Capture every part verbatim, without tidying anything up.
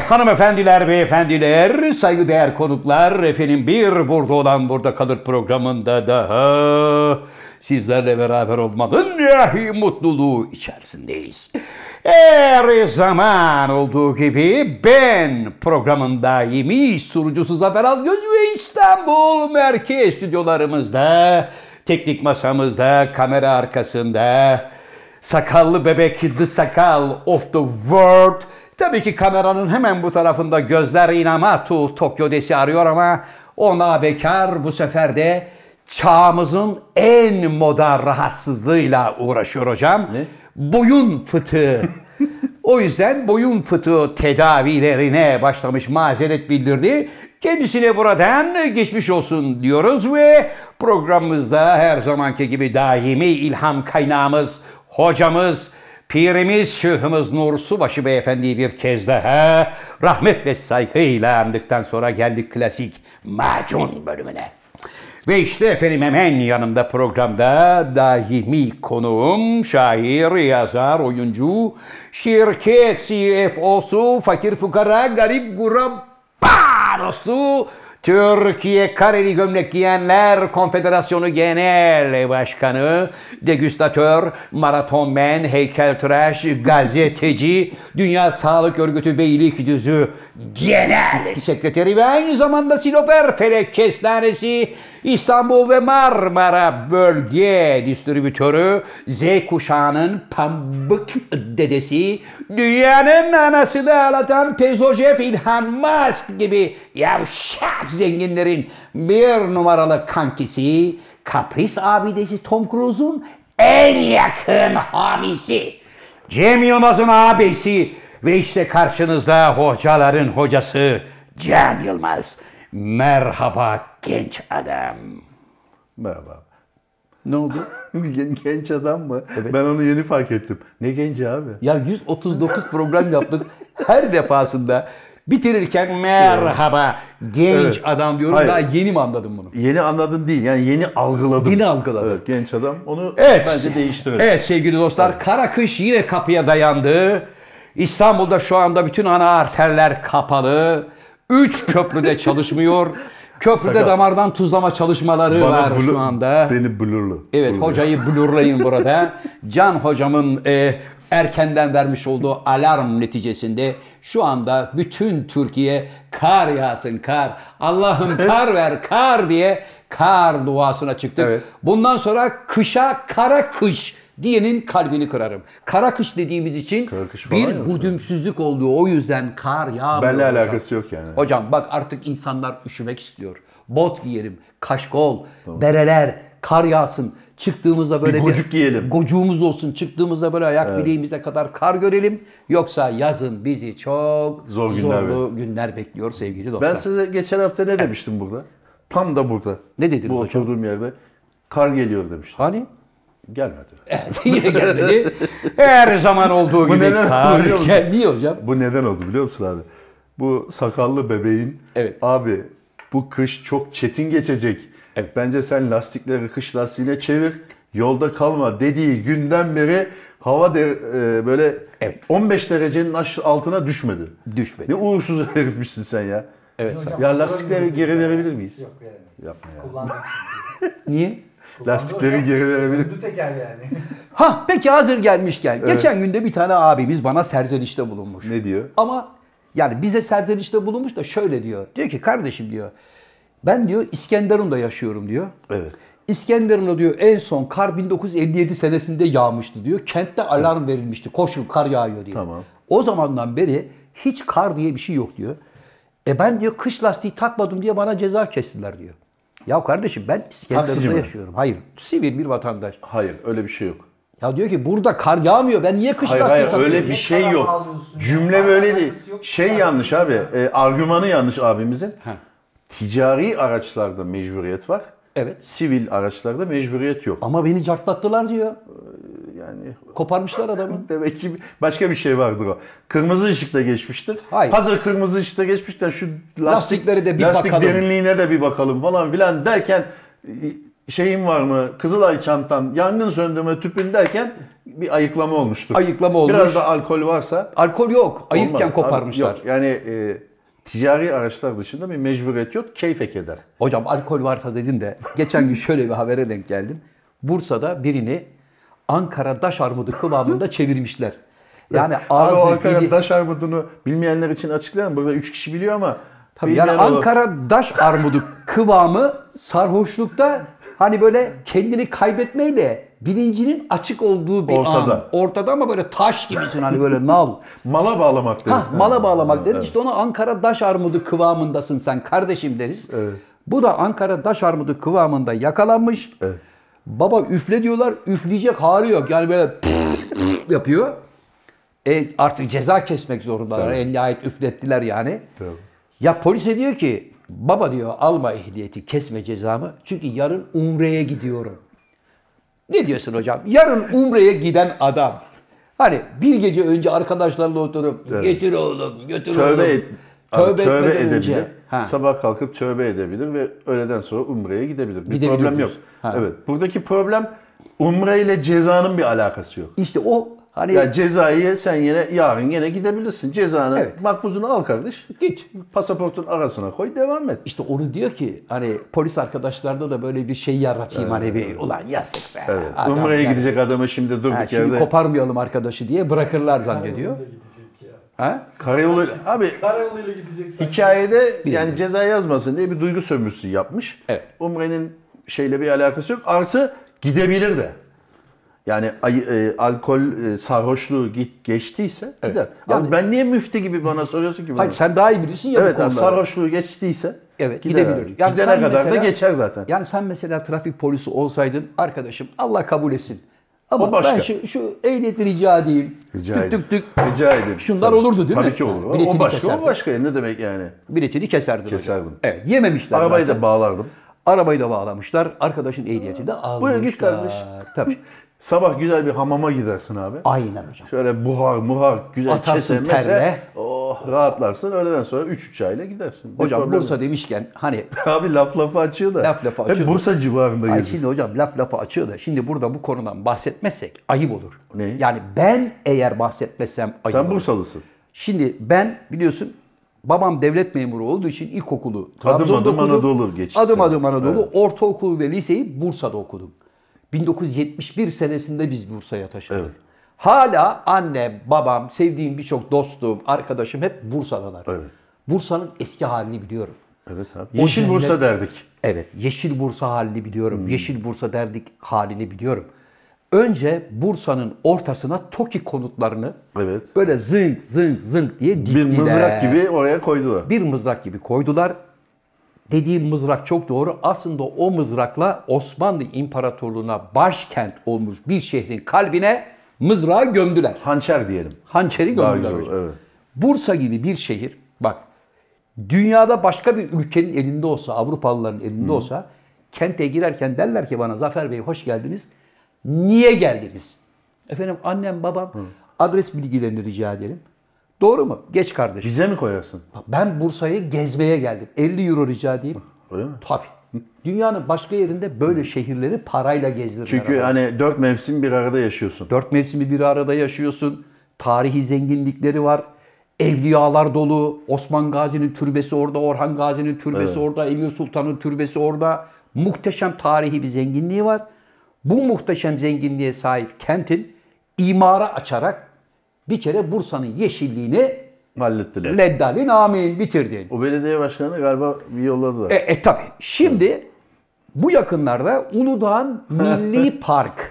hanımefendiler, beyefendiler, saygıdeğer konuklar, efendim bir burada olan burada kalır programında daha sizlerle beraber olmanın yahi mutluluğu içerisindeyiz. Her zaman olduğu gibi ben programın daimi sunucusu Zafer Algöz ve İstanbul Merkez stüdyolarımızda, teknik masamızda, kamera arkasında, sakallı bebek, the sakal of the world. Tabii ki kameranın hemen bu tarafında gözler Inamatu Tokyo desi arıyor ama ona bekar bu sefer de çağımızın en moda rahatsızlığıyla uğraşıyor hocam. Ne? Boyun fıtığı. O yüzden boyun fıtığı tedavilerine başlamış, mazeret bildirdi. Kendisine buradan geçmiş olsun diyoruz ve programımızda her zamanki gibi daimi ilham kaynağımız, hocamız, pirimiz, şıhımız Nur Subaşı Beyefendi'yi bir kez daha rahmet ve saygıyla andıktan sonra geldik klasik macun bölümüne. Ve işte efendim hemen yanımda programda daimi konuğum, şair, yazar, oyuncu, şirket C F O'su, fakir fukara, garip guraba dostu, Türkiye Kareli Gömlek Giyenler Konfederasyonu Genel Başkanı, degüstatör, maratonmen, heykeltıraş, gazeteci, Dünya Sağlık Örgütü Beylikdüzü Genel Sekreteri ve aynı zamanda Siloper Felek Kestanesi, İstanbul ve Marmara Bölge Distribütörü, Z kuşağının pambık dedesi, dünyanın anasını ağlatan Pezojef İlhan Musk gibi yavşak zenginlerin bir numaralı kankisi, kapris abidesi Tom Cruise'un en yakın hamisi, Cem Yılmaz'ın ağabeysi ve işte karşınızda hocaların hocası Can Yılmaz. Merhaba genç adam. Merhaba. Ne oldu? Genç adam mı? Evet. Ben onu yeni fark ettim. Ne genci abi? Ya yüz otuz dokuz program yaptık. Her defasında bitirirken merhaba genç Evet. adam diyorum. Hayır. Daha yeni mi anladım bunu? Yeni anladım değil. Yani yeni algıladım. Yeni algıladım. Evet, genç adam. Onu Evet. bence değiştirelim. Evet sevgili dostlar, evet. Kara kış yine kapıya dayandı. İstanbul'da şu anda bütün ana arterler kapalı. Üç köprüde çalışmıyor. Köprüde Sakal. damardan tuzlama çalışmaları Bana var blur- şu anda. Beni blurlu. Evet, Blurlu. hocayı blurlayın burada. Can hocamın e, erkenden vermiş olduğu alarm neticesinde şu anda bütün Türkiye kar yağsın kar, Allah'ım kar ver kar diye kar duasına çıktık. Evet. Bundan sonra kışa kara kış diyenin kalbini kırarım. Kara kış dediğimiz için Kara kış falan bir yok. güdümsüzlük olduğu, o yüzden kar yağmıyor. Benle hocam. alakası yok yani. Hocam bak artık insanlar üşümek istiyor. Bot giyelim, kaşkol, bereler, kar yağsın. Çıktığımızda böyle Bir gocuk giyelim. Gocuğumuz olsun. Çıktığımızda böyle ayak Evet. bileğimize kadar kar görelim. Yoksa yazın bizi çok Zor günler zorlu günler bekliyor sevgili dostlar. Ben size geçen hafta ne demiştim burada? Tam da burada. Ne dediniz Bu hocam? oturduğum yerde. Kar geliyor demiştim. Hani? Gelmedi. Evet, yine gelmedi. Her zaman olduğu Bu gibi neden kar biliyor musun? gel- Niye hocam? Bu neden oldu biliyor musun abi? Bu sakallı bebeğin Evet. abi bu kış çok çetin geçecek. Evet. Bence sen lastikleri kış lastiğine çevir. Yolda kalma dediği günden beri hava de, e, böyle Evet. on beş derecenin aş- altına düşmedi. Düşmedi. Ne uğursuz herifmişsin sen ya. Evet. Hocam, Ya lastikleri geri verebilir miyiz? Yok veremeyiz. Yapma ya. Kullandım. Niye? Lastikleri geri verebilir. Öldü teker yani. Ha peki hazır gelmişken. Geçen günde bir tane abimiz bana serzenişte bulunmuş. Ne diyor? Ama yani bize serzenişte bulunmuş da şöyle diyor. Diyor ki kardeşim diyor. Ben diyor İskenderun'da yaşıyorum diyor. Evet. İskenderun'da diyor en son kar bin dokuz yüz elli yedi senesinde yağmıştı diyor. Kentte alarm verilmişti. Koşun kar yağıyor diye. Tamam. O zamandan beri hiç kar diye bir şey yok diyor. E ben diyor kış lastiği takmadım diye bana ceza kestiler diyor. Ya kardeşim ben Taksici İskenderun'da mi? yaşıyorum. Hayır. Sivil bir vatandaş. Hayır öyle bir şey yok. Ya diyor ki burada kar yağmıyor. Ben niye kış Hayır lastiği hayır takıyorum? öyle bir Ne şey kadar yok. bağlıyorsun ya? Cümle böyle değil. Alakası yok. Şey yanlış abi. E, argümanı yanlış abimizin. Ha. Ticari araçlarda mecburiyet var. Evet. Sivil araçlarda mecburiyet yok. Ama beni cartlattılar diyor. Yani Koparmışlar adamı. demek ki başka bir şey vardır o. Kırmızı ışıkta geçmiştir. Hayır. Hazır kırmızı ışıkta geçmişten şu lastik, Lastikleri de bir lastik bakalım. derinliğine de bir bakalım falan filan derken şeyin var mı? Kızılay çantan, yangın söndürme tüpün derken bir ayıklama olmuştur. Ayıklama olmuş. Biraz da alkol varsa Alkol yok. Ayıkken olmaz. koparmışlar. Abi, yok. Yani e, ticari araçlar dışında bir mecburiyet yok. Keyfe keder. Hocam alkol varsa dedin de geçen gün şöyle bir habere denk geldim. Bursa'da birini Ankara daş armudu kıvamında çevirmişler. Yani Abi o ağzı Ankara dili... daş armudunu bilmeyenler için açıklayalım. Burada üç kişi biliyor ama Tabii yani bilmeyen olur. Ankara daş armudu kıvamı sarhoşlukta hani böyle kendini kaybetmeyle bilincinin açık olduğu bir Ortada. an. Ortada ama böyle taş gibisin hani böyle nal. Mala bağlamak deriz. Ha, mala bağlamak Ha, deriz. evet. İşte ona Ankara daş armudu kıvamındasın sen kardeşim deriz. Evet. Bu da Ankara daş armudu kıvamında yakalanmış. Evet. Baba üfle diyorlar, üfleyecek hali yok. Yani böyle yapıyor. E artık ceza kesmek zorundalar. Tabii. En nihayet üflettiler yani. Tabii. Ya polise diyor ki baba diyor alma ehliyeti kesme cezamı. Çünkü yarın Umre'ye gidiyorum. Ne diyorsun hocam? Yarın Umre'ye giden adam. Hani bir gece önce arkadaşlarla oturup Evet. getir oğlum götür Tövbe, oğlum. et, abi, Tövbe, tövbe etmeden edebilir. önce. Ha. Sabah kalkıp tövbe edebilir ve öğleden sonra Umre'ye gidebilir. Bir Gidebilir problem yok. diyorsun. Ha. Evet. Buradaki problem Umre ile cezanın bir alakası yok. İşte o hani Ya cezayı sen yine yarın yine gidebilirsin. Cezanı Evet. makbuzunu al kardeş. git. Pasaportun arasına koy devam et. İşte onu diyor ki hani polis arkadaşlarda da böyle bir şey yaratayım hani bir ulan yazık be. Evet. Adam Umre'ye yani- gidecek adamı şimdi durduk Ha, şimdi yerde. koparmayalım arkadaşı diye bırakırlar zannediyor. Karayoluyla gidecek ya. Ha? Karayolu abi Karayoluyla gidecek sanki. hikayede yani ceza yazmasın diye bir duygu sömürüsü yapmış. Evet. Umre'nin şeyle bir alakası yok. Artı gidebilir de. Yani ay, e, alkol e, sarhoşluğu git geçtiyse gider. Yani- Abi ben niye müftü gibi bana soruyorsun ki bunu? Hayır sen daha iyi bilirsin ya bu Evet, yani konuları. sarhoşluğu geçtiyse Evet gider gidebilir. abi. Yani Gidene sen kadar da mesela- geçer zaten. Yani sen mesela trafik polisi olsaydın arkadaşım Allah kabul etsin. Ama O başka. ben şu, şu ehliyeti rica edeyim. Rica tık ederim. tık tık. Rica ederim. Şunlar Tabii. olurdu değil mi? Tabii ki olur. Ha, biletini O başka, keserdin. o başka. Ne demek yani? Biletini keserdin Keserdim. hocam. Evet yememişler Arabayı zaten. da bağlardım. Arabayı da bağlamışlar. Arkadaşın ehliyeti de almışlar. Buyur git kardeş. Tabii. Sabah güzel bir hamama gidersin abi. Aynen hocam. Şöyle buhar muhar güzel Atarsın kese mese. terle. Oh rahatlarsın. Öğleden sonra üç üç ayla gidersin. Bir Hocam problem Bursa yok. demişken hani Abi laf lafı açıyor da. Laf lafı açıyor Hep da. Bursa civarında ay geziyor. şimdi hocam laf lafı açıyor da şimdi burada bu konudan bahsetmezsek ayıp olur. Ne? Yani ben eğer bahsetmezsem ayıp Sen olur. Bursalısın. Şimdi ben biliyorsun babam devlet memuru olduğu için ilkokulu Adım Trabzon'da adım okudum. Anadolu geçti Adım sana. adım Anadolu. Evet. Ortaokul ve liseyi Bursa'da okudum. bin dokuz yüz yetmiş bir senesinde biz Bursa'ya taşındık. Evet. Hala annem, babam, sevdiğim birçok dostum, arkadaşım hep Bursa'dalar. Evet. Bursa'nın eski halini biliyorum. Evet abi. O Yeşil cennet- Bursa derdik. Evet, Yeşil Bursa halini biliyorum. Hmm. Yeşil Bursa derdik halini biliyorum. Önce Bursa'nın ortasına TOKİ konutlarını Evet. böyle zınk zınk zınk diye diktiler. Bir mızrak gibi oraya koydular. Bir mızrak gibi koydular. Dediğim mızrak çok doğru. Aslında o mızrakla Osmanlı İmparatorluğu'na başkent olmuş bir şehrin kalbine mızrağı gömdüler. Hançer diyelim. Hançeri Daha gömdüler güzel, hocam. evet. Bursa gibi bir şehir bak dünyada başka bir ülkenin elinde olsa Avrupalıların elinde olsa kente girerken derler ki bana Zafer Bey hoş geldiniz. Niye geldiniz? Efendim annem babam adres bilgilerini rica edelim. Doğru mu? Geç kardeşim. Bize mi koyarsın? Ben Bursa'yı gezmeye geldim. elli euro rica edeyim. Öyle mi? Tabii. Dünyanın başka yerinde böyle şehirleri parayla gezdirirler. Çünkü ama. hani dört mevsim bir arada yaşıyorsun. Dört mevsimi bir arada yaşıyorsun. Tarihi zenginlikleri var. Evliyalar dolu. Osman Gazi'nin türbesi orada, Orhan Gazi'nin türbesi orada, Emir Sultan'ın türbesi orada. Muhteşem tarihi bir zenginliği var. Bu muhteşem zenginliğe sahip kentin imara açarak bir kere Bursa'nın yeşilliğini Hallettiler. leddalin amin bitirdin. O belediye başkanı galiba bir yolladılar. E, e tabi. Şimdi bu yakınlarda Uludağ'ın Milli Park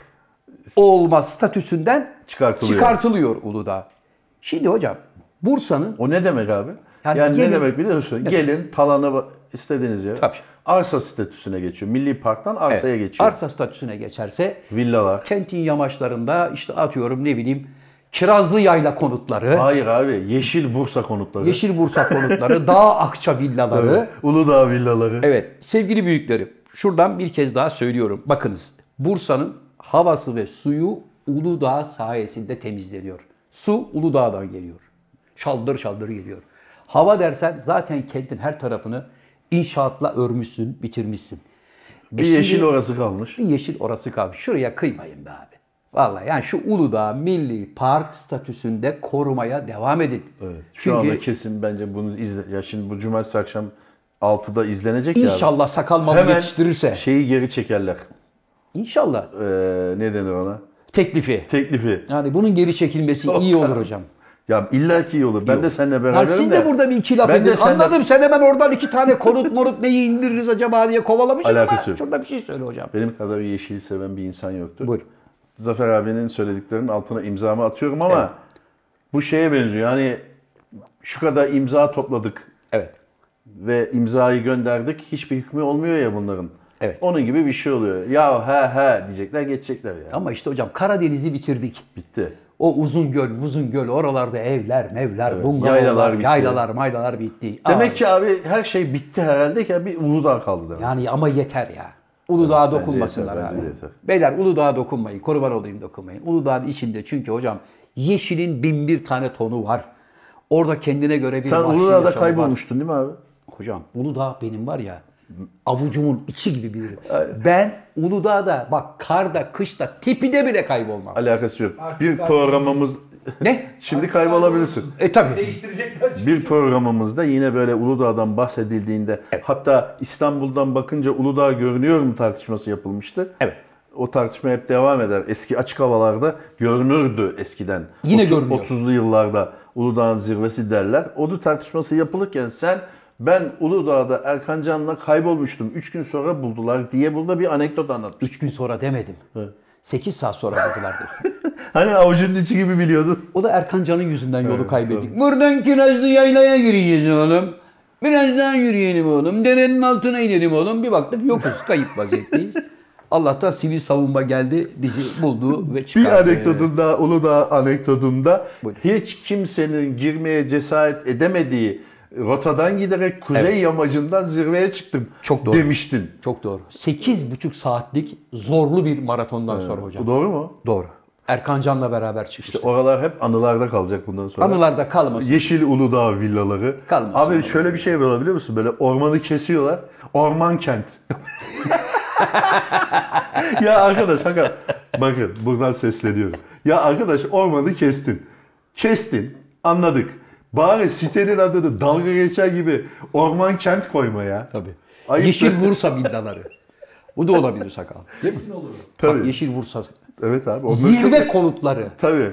olma statüsünden Çıkartılıyor. çıkartılıyor Uludağ. Şimdi hocam Bursa'nın O ne demek abi? Yani Yani, gelin- ne demek biliyor musun? Gelin talana ba- istediğiniz yere. Tabii. Arsa statüsüne geçiyor. Milli Park'tan arsaya evet, geçiyor. arsa statüsüne geçerse Villalar. kentin yamaçlarında işte atıyorum ne bileyim Kirazlı Yayla konutları, Hayır abi. Yeşil Bursa konutları. Yeşil Bursa konutları, Dağ Akça villaları. Evet. Uludağ villaları. Evet sevgili büyüklerim şuradan bir kez daha söylüyorum. Bakınız Bursa'nın havası ve suyu Uludağ sayesinde temizleniyor. Su Uludağ'dan geliyor. Şaldır şaldır geliyor. Hava dersen zaten kentin her tarafını inşaatla örmüşsün, bitirmişsin. E Bir şimdi yeşil orası kalmış. bir yeşil orası kalmış. Şuraya kıymayın be abi. Vallahi yani şu Uludağ Milli Park statüsünde korumaya devam edin. Evet. Şu Çünkü anda kesin bence bunu izle. Ya şimdi bu cumartesi akşam altıda izlenecek ya. inşallah sakal malı Hemen yetiştirirse. şeyi geri çekerler. İnşallah Ee, ne denir ona? teklifi. Teklifi. Yani bunun geri çekilmesi Yok. iyi olur hocam. Ya illa ki iyi olur. Ben de seninle Yani beraberim siz de. de burada bir iki laf Ben de edin. seninle- Anladım sen hemen oradan iki tane konut morut neyi indiririz acaba diye kovalamışsın Alakası ama yok. şurada bir şey söyle hocam. Benim kadar yeşili seven bir insan yoktur. Buyur. Zafer abinin söylediklerinin altına imzamı atıyorum ama Evet. bu şeye benziyor. Yani şu kadar imza topladık Evet. ve imzayı gönderdik. Hiçbir hükmü olmuyor ya bunların. Evet. Onun gibi bir şey oluyor. Ya he he diyecekler, geçecekler ya. Ama işte hocam Karadeniz'i bitirdik. Bitti. O uzun göl, uzun göl, oralarda evler, mevler, bungalovlar, yaylalar yaylalar, bitti. maylalar bitti. Demek Aa, ki abi her şey bitti herhalde ki bir Uludağ kaldı demek. yani ama yeter ya. Uludağ'a bence dokunmasınlar yeter, abi. bence yeter. Beyler Uludağ'a dokunmayın, kurban olayım dokunmayın. Uludağ'ın içinde çünkü hocam yeşilin bin bir tane tonu var. Orada kendine göre bir Sen vahşi Uludağ'da yaşamı var. kaybolmuştun değil mi abi? Hocam Uludağ benim var ya avucumun içi gibi bir yerim. Ben Uludağ'da bak karda, kışta, tepide bile kaybolmam. Alakası yok. Artık Bir programımız Ne? şimdi kaybolabilirsin. E tabi. Değiştirecekler çünkü. Bir programımızda yine böyle Uludağ'dan bahsedildiğinde hatta İstanbul'dan bakınca Uludağ görünüyor mu tartışması yapılmıştı. Evet. O tartışma hep devam eder. Eski açık havalarda görünürdü eskiden. Yine Otuz- görünüyor. otuzlu yıllarda Uludağ'ın zirvesi derler. Onu tartışması yapılırken sen ben Uludağ'da Erkan Can'la kaybolmuştum. Üç gün sonra buldular diye burada bir anekdot anlatmış. Üç gün sonra demedim. Sekiz saat sonra buldular dedim. Hani avucunun içi gibi biliyordun. O da Erkan Can'ın yüzünden yolu kaybettik. Buradan Kirazlı yaylaya gireceğiz oğlum. Biraz daha yürüyelim oğlum. Derenin altına inelim oğlum. Bir baktık yokuz. Kayıp vaziyetteyiz. Allah'tan sivil savunma geldi. Bizi buldu ve Bir çıkardı. anekdotunda, Uludağ anekdotunda Buyurun. hiç kimsenin girmeye cesaret edemediği rotadan giderek kuzey Evet. yamacından zirveye çıktım Çok doğru. demiştin. Çok doğru. Sekiz buçuk saatlik zorlu bir maratondan sonra hocam. Bu doğru mu? Doğru. Erkan Can'la beraber çıkmıştık. İşte oralar hep anılarda kalacak bundan sonra. Anılarda kalmasın. Yeşil Uludağ villaları. Kalmasın. Abi şöyle bir şey böyle biliyor musun? Böyle ormanı kesiyorlar. Orman kent. Ya arkadaş hakikaten bakın buradan sesleniyorum. Ya arkadaş ormanı kestin. Kestin. Anladık. Bari sitenin adını dalga geçer gibi orman kent koyma ya. Tabii. Ayıp Yeşil be. Bursa villaları. Bu da olabilir sakal. Değil mi? Kesin olur. Tabii. Bak, Yeşil Bursa. Evet abi. Onları Zirve çok, konutları. tabii.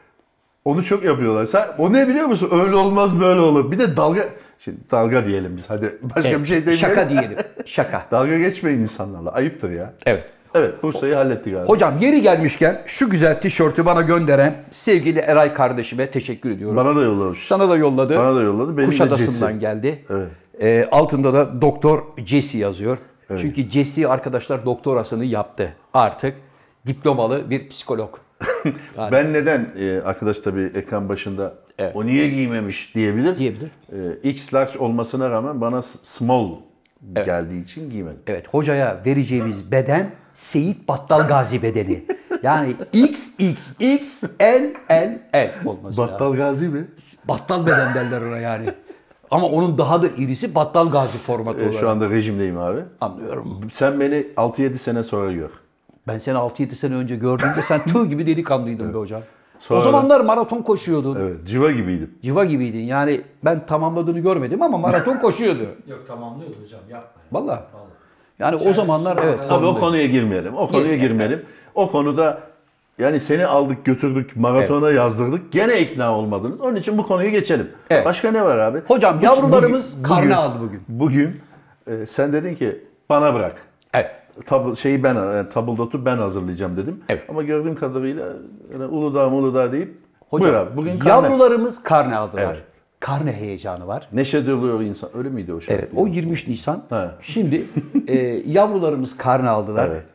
Onu çok yapıyorlar. Sen o ne biliyor musun? Öyle olmaz böyle olur. Bir de dalga şimdi dalga diyelim biz. Hadi başka Evet, bir şey demeyelim. Şaka diyelim. Şaka. Dalga geçmeyin insanlarla. Ayıptır ya. Evet. Evet, Bursa'yı hallettik abi. Hocam yeri gelmişken şu güzel tişörtü bana gönderen sevgili Eray kardeşime teşekkür ediyorum. Bana da yollamış. Sana da yolladı. Bana da yolladı. Benim de Kuşadası'ndan Jesse. geldi. Evet. Ee, altında da Doktor Jesse yazıyor. Çünkü Jesse arkadaşlar doktorasını yaptı. Artık diplomalı bir psikolog. Yani Ben neden e, arkadaş tabii ekran başında Evet. o niye giymemiş diyebilir. Diyebilir. E, X large olmasına rağmen bana s- small geldiği için giymedim. evet hocaya vereceğimiz beden Seyit Battal Gazi bedeni. Yani X X X L L L olması lazım. Battal Gazi mi? Battal beden derler ona yani. Ama onun daha da irisi Battal Gazi formatı E, olarak. şu anda rejimdeyim abi. Anlıyorum. Sen beni altı yedi sene sonra gör. Ben seni altı yedi sene önce gördüğümde sen tığ gibi delikanlıydın be hocam. Sonra o da- zamanlar maraton koşuyordun. Evet, civa gibiydim. Civa gibiydin. Yani ben tamamladığını görmedim ama maraton koşuyordu. Yok tamamlıyordu hocam yapma. Vallahi. Vallahi. Yani o zamanlar evet. Abi o konuya girmeyelim. O konuya Girmeyelim. girmeyelim. O konuda yani seni aldık götürdük maratona yazdırdık. Gene ikna olmadınız. Onun için bu konuyu geçelim. Evet. Başka ne var abi? Hocam Bu- yavrularımız bugün- karne bugün- aldı bugün. Bugün e, sen dedin ki bana bırak. Evet. Tab şeyi ben yani tabuldotu ben hazırlayacağım dedim. Evet. Ama gördüğüm kadarıyla yani Uludağ Uludağ deyip Hocam buyur abi, bugün karne. yavrularımız karne aldılar. Evet. Karne heyecanı var. Neşe doluyor insan. Öyle miydi o şarkı? Evet, o yirmi üç Nisan. He. Şimdi e, yavrularımız karne aldılar. Evet.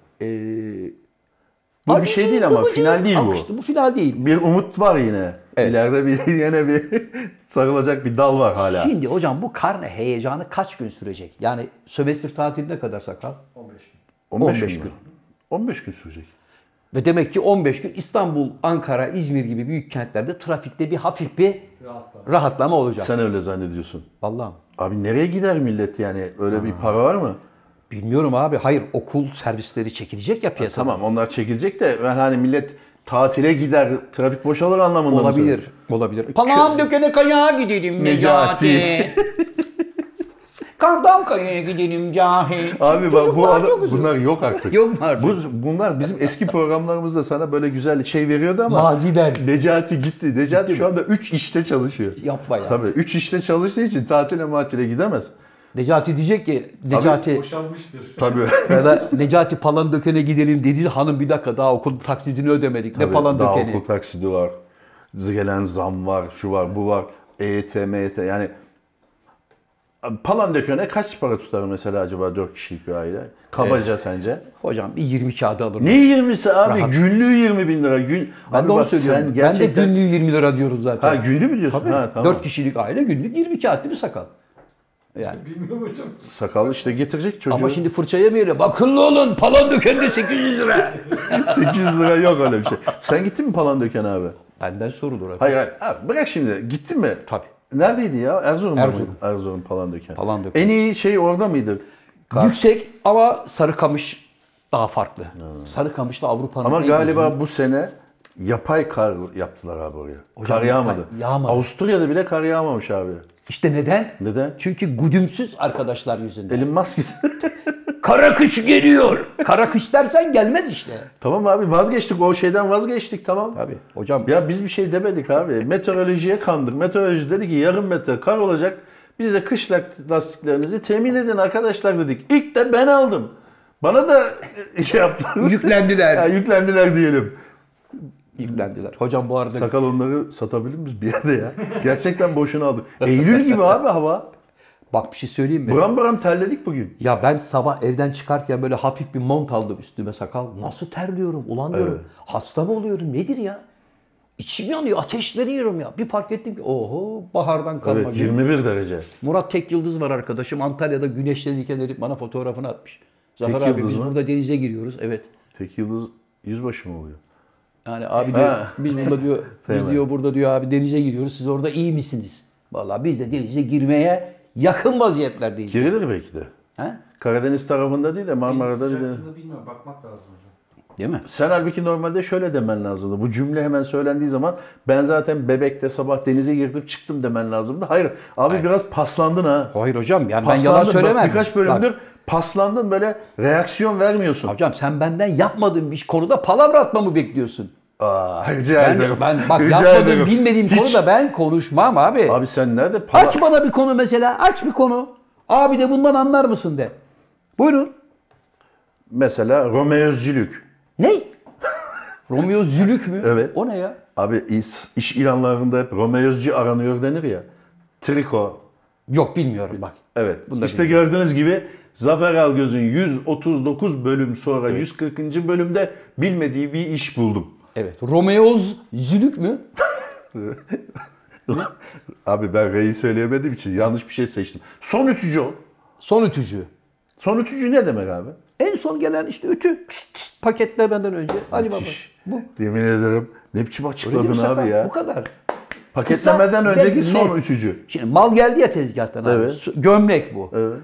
E, Bu abi, bir şey değil ama babacığım, final değil bu. alkışlı, bu final değil. Bir umut var yine. Evet. İleride bir yine bir sarılacak bir dal var hala. Şimdi hocam bu karne heyecanı kaç gün sürecek? Yani sömestr tatiline kadar sakal. on beş gün. on beş, on beş gün. gün. mü? on beş gün sürecek. Ve demek ki on beş gün İstanbul, Ankara, İzmir gibi büyük kentlerde trafikte bir hafif bir Rahatla. rahatlama olacak. Sen öyle zannediyorsun. Vallahi Abi nereye gider millet yani? Öyle bir para var mı? bilmiyorum abi. Hayır okul servisleri çekilecek ya piyasada. Tamam onlar çekilecek de ben hani millet tatile gider, trafik boşalır anlamında mı Olabilir. söylüyorsun? Olabilir. Palam dökene kayağa gidelim Necati. Kardan kayaya gidelim cahil. Abi bak bu Çocuklar adam, çok güzel. bunlar yok artık. Yok mu artık? Bu, bunlar bizim eski programlarımızda sana böyle güzel şey veriyordu ama Maziden. Necati gitti. Necati şu anda üç işte çalışıyor. Yapma ya. Tabii üç işte çalıştığı için tatile matile gidemez. Necati diyecek ki Necati Boşanmıştır. Tabii. ya da Necati Palandöken'e gidelim dedi. Hanım bir dakika daha okul taksidini ödemedik. Ne Tabii, daha Palandöken'i? okul taksidi var. Gelen zam var, şu var, bu var. E Y T, M Y T yani Palandöken'e kaç para tutar mesela acaba dört kişilik bir aile? Kabaca sence? Hocam bir yirmi kağıdı alırım. Ne yirmisi abi? Rahat. Günlüğü yirmi bin lira. Gün... Ben Abi de onu bak söylüyorum. sen Ben gerçekten... de günlüğü yirmi lira diyoruz zaten. Ha günlüğü mü diyorsun? Tabii. Ha, tamam. dört kişilik aile günlük yirmi kağıt değil mi sakal? Yani. Bilmiyorum hocam. Sakal işte getirecek çocuğu. Ama şimdi fırça yemeyelim. Akıllı olun. Palandöken'de sekiz yüz lira. sekiz yüz lira yok öyle bir şey. Sen gittin mi Palandöken abi? Benden sorulur. Abi. Hayır hayır. Abi bırak şimdi. Gittin mi? Tabii. Neredeydi ya? Erzurum'da Erzurum. mıydı? Erzurum Palandöken. Palandöken. En iyi şey orada mıydı? Kar- Yüksek ama Sarıkamış daha farklı. Sarıkamış'ta Avrupa'nın Ama en galiba uzun- bu sene yapay kar yaptılar abi oraya. Hocam kar yağmadı. yapay- yağmadı. Avusturya'da bile kar yağmamış abi. İşte neden? Neden? Çünkü güdümsüz arkadaşlar yüzünden. Elon Musk Kara kış geliyor. Kara kış dersen gelmez işte. Tamam abi vazgeçtik o şeyden vazgeçtik tamam. Tabii. Hocam Ya biz bir şey demedik abi. Meteorolojiye kandık. Meteoroloji dedi ki yarım metre kar olacak. Biz de kış lastiklerinizi temin edin arkadaşlar dedik. İlk de ben aldım. Bana da şey yaptılar. yüklendiler. Ya, yüklendiler diyelim. Yüklendiler. Hocam bu arada Sakal onları satabilir miyiz bir yerde ya? Gerçekten boşuna aldık. Eylül gibi abi hava. bak bir şey söyleyeyim mi? Buram buram terledik bugün. Ya ben sabah evden çıkarken böyle hafif bir mont aldım üstüme sakal. Nasıl terliyorum ulan diyorum. Evet. Hasta mı oluyorum nedir ya? İçim yanıyor ateşleniyorum ya. Bir fark ettim ki oho bahardan kalma. Evet gün. yirmi bir derece. Murat Tek Yıldız var arkadaşım. Antalya'da güneşlenirken herif bana fotoğrafını atmış. Zafer Tek abi Yıldız biz mı? burada denize giriyoruz. Evet. Tek yıldız yüzbaşı mı oluyor? Yani abi diyor Ha. biz burada diyor biz Tamam. diyor burada diyor abi denize giriyoruz. Siz orada iyi misiniz? Vallahi biz de denize girmeye yakın vaziyetlerdeyiz. Girilir belki de. Ha? Karadeniz tarafında değil de Marmara'da değil de. Sıcaklığını bilmiyorum. Bakmak lazım hocam. Değil mi? Sen halbuki normalde şöyle demen lazımdı. Bu cümle hemen söylendiği zaman ben zaten bebekte sabah denize girdim çıktım demen lazımdı. Hayır abi Hayır. biraz paslandın ha. Hayır hocam yani ben yalan Paslandın. söylemem. Bak, birkaç bölümdür Bak, paslandın böyle reaksiyon vermiyorsun. hocam sen benden yapmadığın bir konuda palavra atmamı bekliyorsun. Aa, rica Ben, ederim. ben bak Rica yapmadığım ederim. bilmediğim Hiç- konuda ben konuşmam abi. Abi sen nerede? Pala- Aç bana bir konu mesela. Aç bir konu. Abi de bundan anlar mısın de. Buyurun. Mesela Romeozcülük. Ne? Romeo Zülük mü? Evet. O ne ya? Abi iş, iş ilanlarında hep Romeozcu aranıyor denir ya. Triko. Yok bilmiyorum bak. Evet. Bunu da işte gördüğünüz gibi Zafer Algöz'ün yüz otuz dokuz bölüm sonra yüz kırkıncı bölümde bilmediği bir iş buldum. Evet. Romeo Zülük mü? Abi ben R'yi söyleyemediğim için yanlış bir şey seçtim. Son ütücü o. Son ütücü. Son ütücü ne demek abi? En son gelen işte ütü pişt, pişt, paketlemeden önce. Hadi baba. Müthiş. Bu. Yemin ederim ne biçim Öyle açıkladın değil mi abi Sakal? ya. Bu kadar. Paketlemeden Kısa ve önceki son net. ütücü. Şimdi mal geldi ya tezgahtan abi. Evet. Su- Gömlek bu. Evet.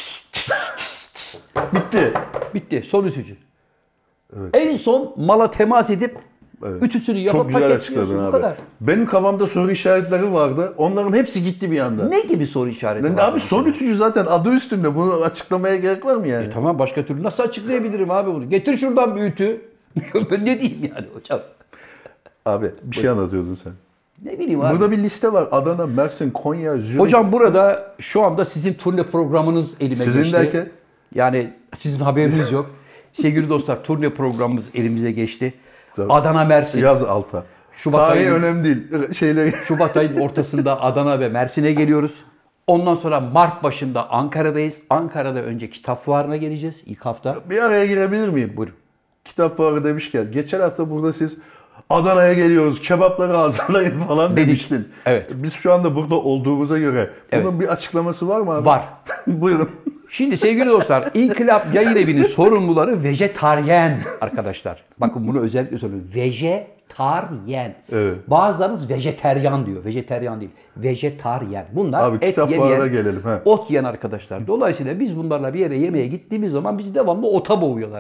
Bitti. Bitti. Son ütücü. En son mala temas edip ütüsünü yapıp Çok güzel paketliyorsun. açıkladın Bu abi. kadar. Benim kafamda soru işaretleri vardı. Onların hepsi gitti bir anda. Ne gibi soru işareti Lan var? abi son ütücü zaten adı üstünde. Bunu açıklamaya gerek var mı yani? E tamam başka türlü nasıl açıklayabilirim abi bunu? Getir şuradan bir ütü. Ben ne diyeyim yani hocam? Abi bir şey anlatıyordun sen. Ne bileyim abi. Burada bir liste var. Adana, Mersin, Konya, Zürich. Hocam burada şu anda sizin turne programınız elime Sizin geçti. derken? Yani sizin haberiniz yok. Sevgili dostlar turne programımız elimize geçti. Tabii. Adana, Mersin. Yaz alta. Şubat Tarihi ayı- önemli değil. Şeyleri. Şubat ayının ortasında Adana ve Mersin'e geliyoruz. Ondan sonra Mart başında Ankara'dayız. Ankara'da önce kitap fuarına geleceğiz ilk hafta. Bir araya girebilir miyim? Buyurun. Kitap fuarı demişken. Geçen hafta burada siz Adana'ya geliyoruz, kebapları hazırlayın falan Dedik. demiştin. Evet. Biz şu anda burada olduğumuza göre bunun Evet. bir açıklaması var mı abi? Var. Buyurun. Şimdi sevgili dostlar, İnkılap Yayın Evi'nin sorumluları vejetaryen arkadaşlar. Bakın bunu özellikle söylüyorum. Vejetaryen. Evet. Bazılarınız vejeteryan diyor. Vejeteryan değil. Vejetaryen. Bunlar Abi et kitap yemeyen, fuarına gelelim, he. ot yiyen arkadaşlar. Dolayısıyla biz bunlarla bir yere yemeğe gittiğimiz zaman bizi devamlı ota boğuyorlar.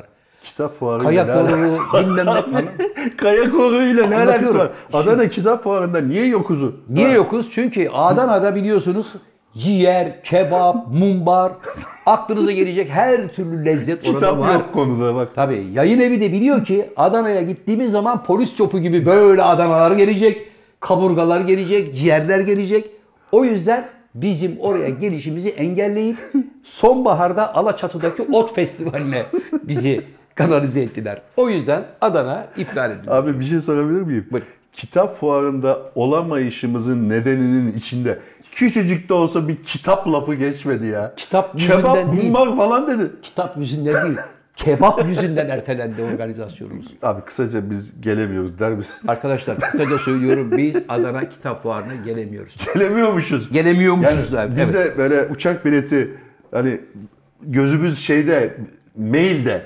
Kitap fuarı Kaya ne alakası koru, var? bilmem ne. Kaya koruyla ne alakası Anlatıyorum. var? Adana Kitap Fuarı'nda niye yokuzu? Niye Ha. yokuz? Çünkü Adana'da biliyorsunuz ciğer, kebap, mumbar, aklınıza gelecek her türlü lezzet orada Kitap var. yok konuda bak. Tabii yayın evi de biliyor ki Adana'ya gittiğimiz zaman polis çopu gibi böyle Adanalar gelecek, kaburgalar gelecek, ciğerler gelecek. O yüzden bizim oraya gelişimizi engelleyip sonbaharda Alaçatı'daki ot festivaline bizi kanalize ettiler. O yüzden Adana iptal edildi. Abi bir şey sorabilir miyim? Buyurun. Kitap fuarında olamayışımızın nedeninin içinde küçücük de olsa bir kitap lafı geçmedi ya. Kitap Kebap, yüzünden değil. mumbar falan dedi. Kitap yüzünden değil, kebap yüzünden ertelendi organizasyonumuz. Abi kısaca biz gelemiyoruz der misin? Arkadaşlar kısaca söylüyorum, biz Adana Kitap Fuarı'na gelemiyoruz. Gelemiyormuşuz. Gelemiyormuşuz Yani da. biz Evet. de böyle uçak bileti hani gözümüz şeyde mailde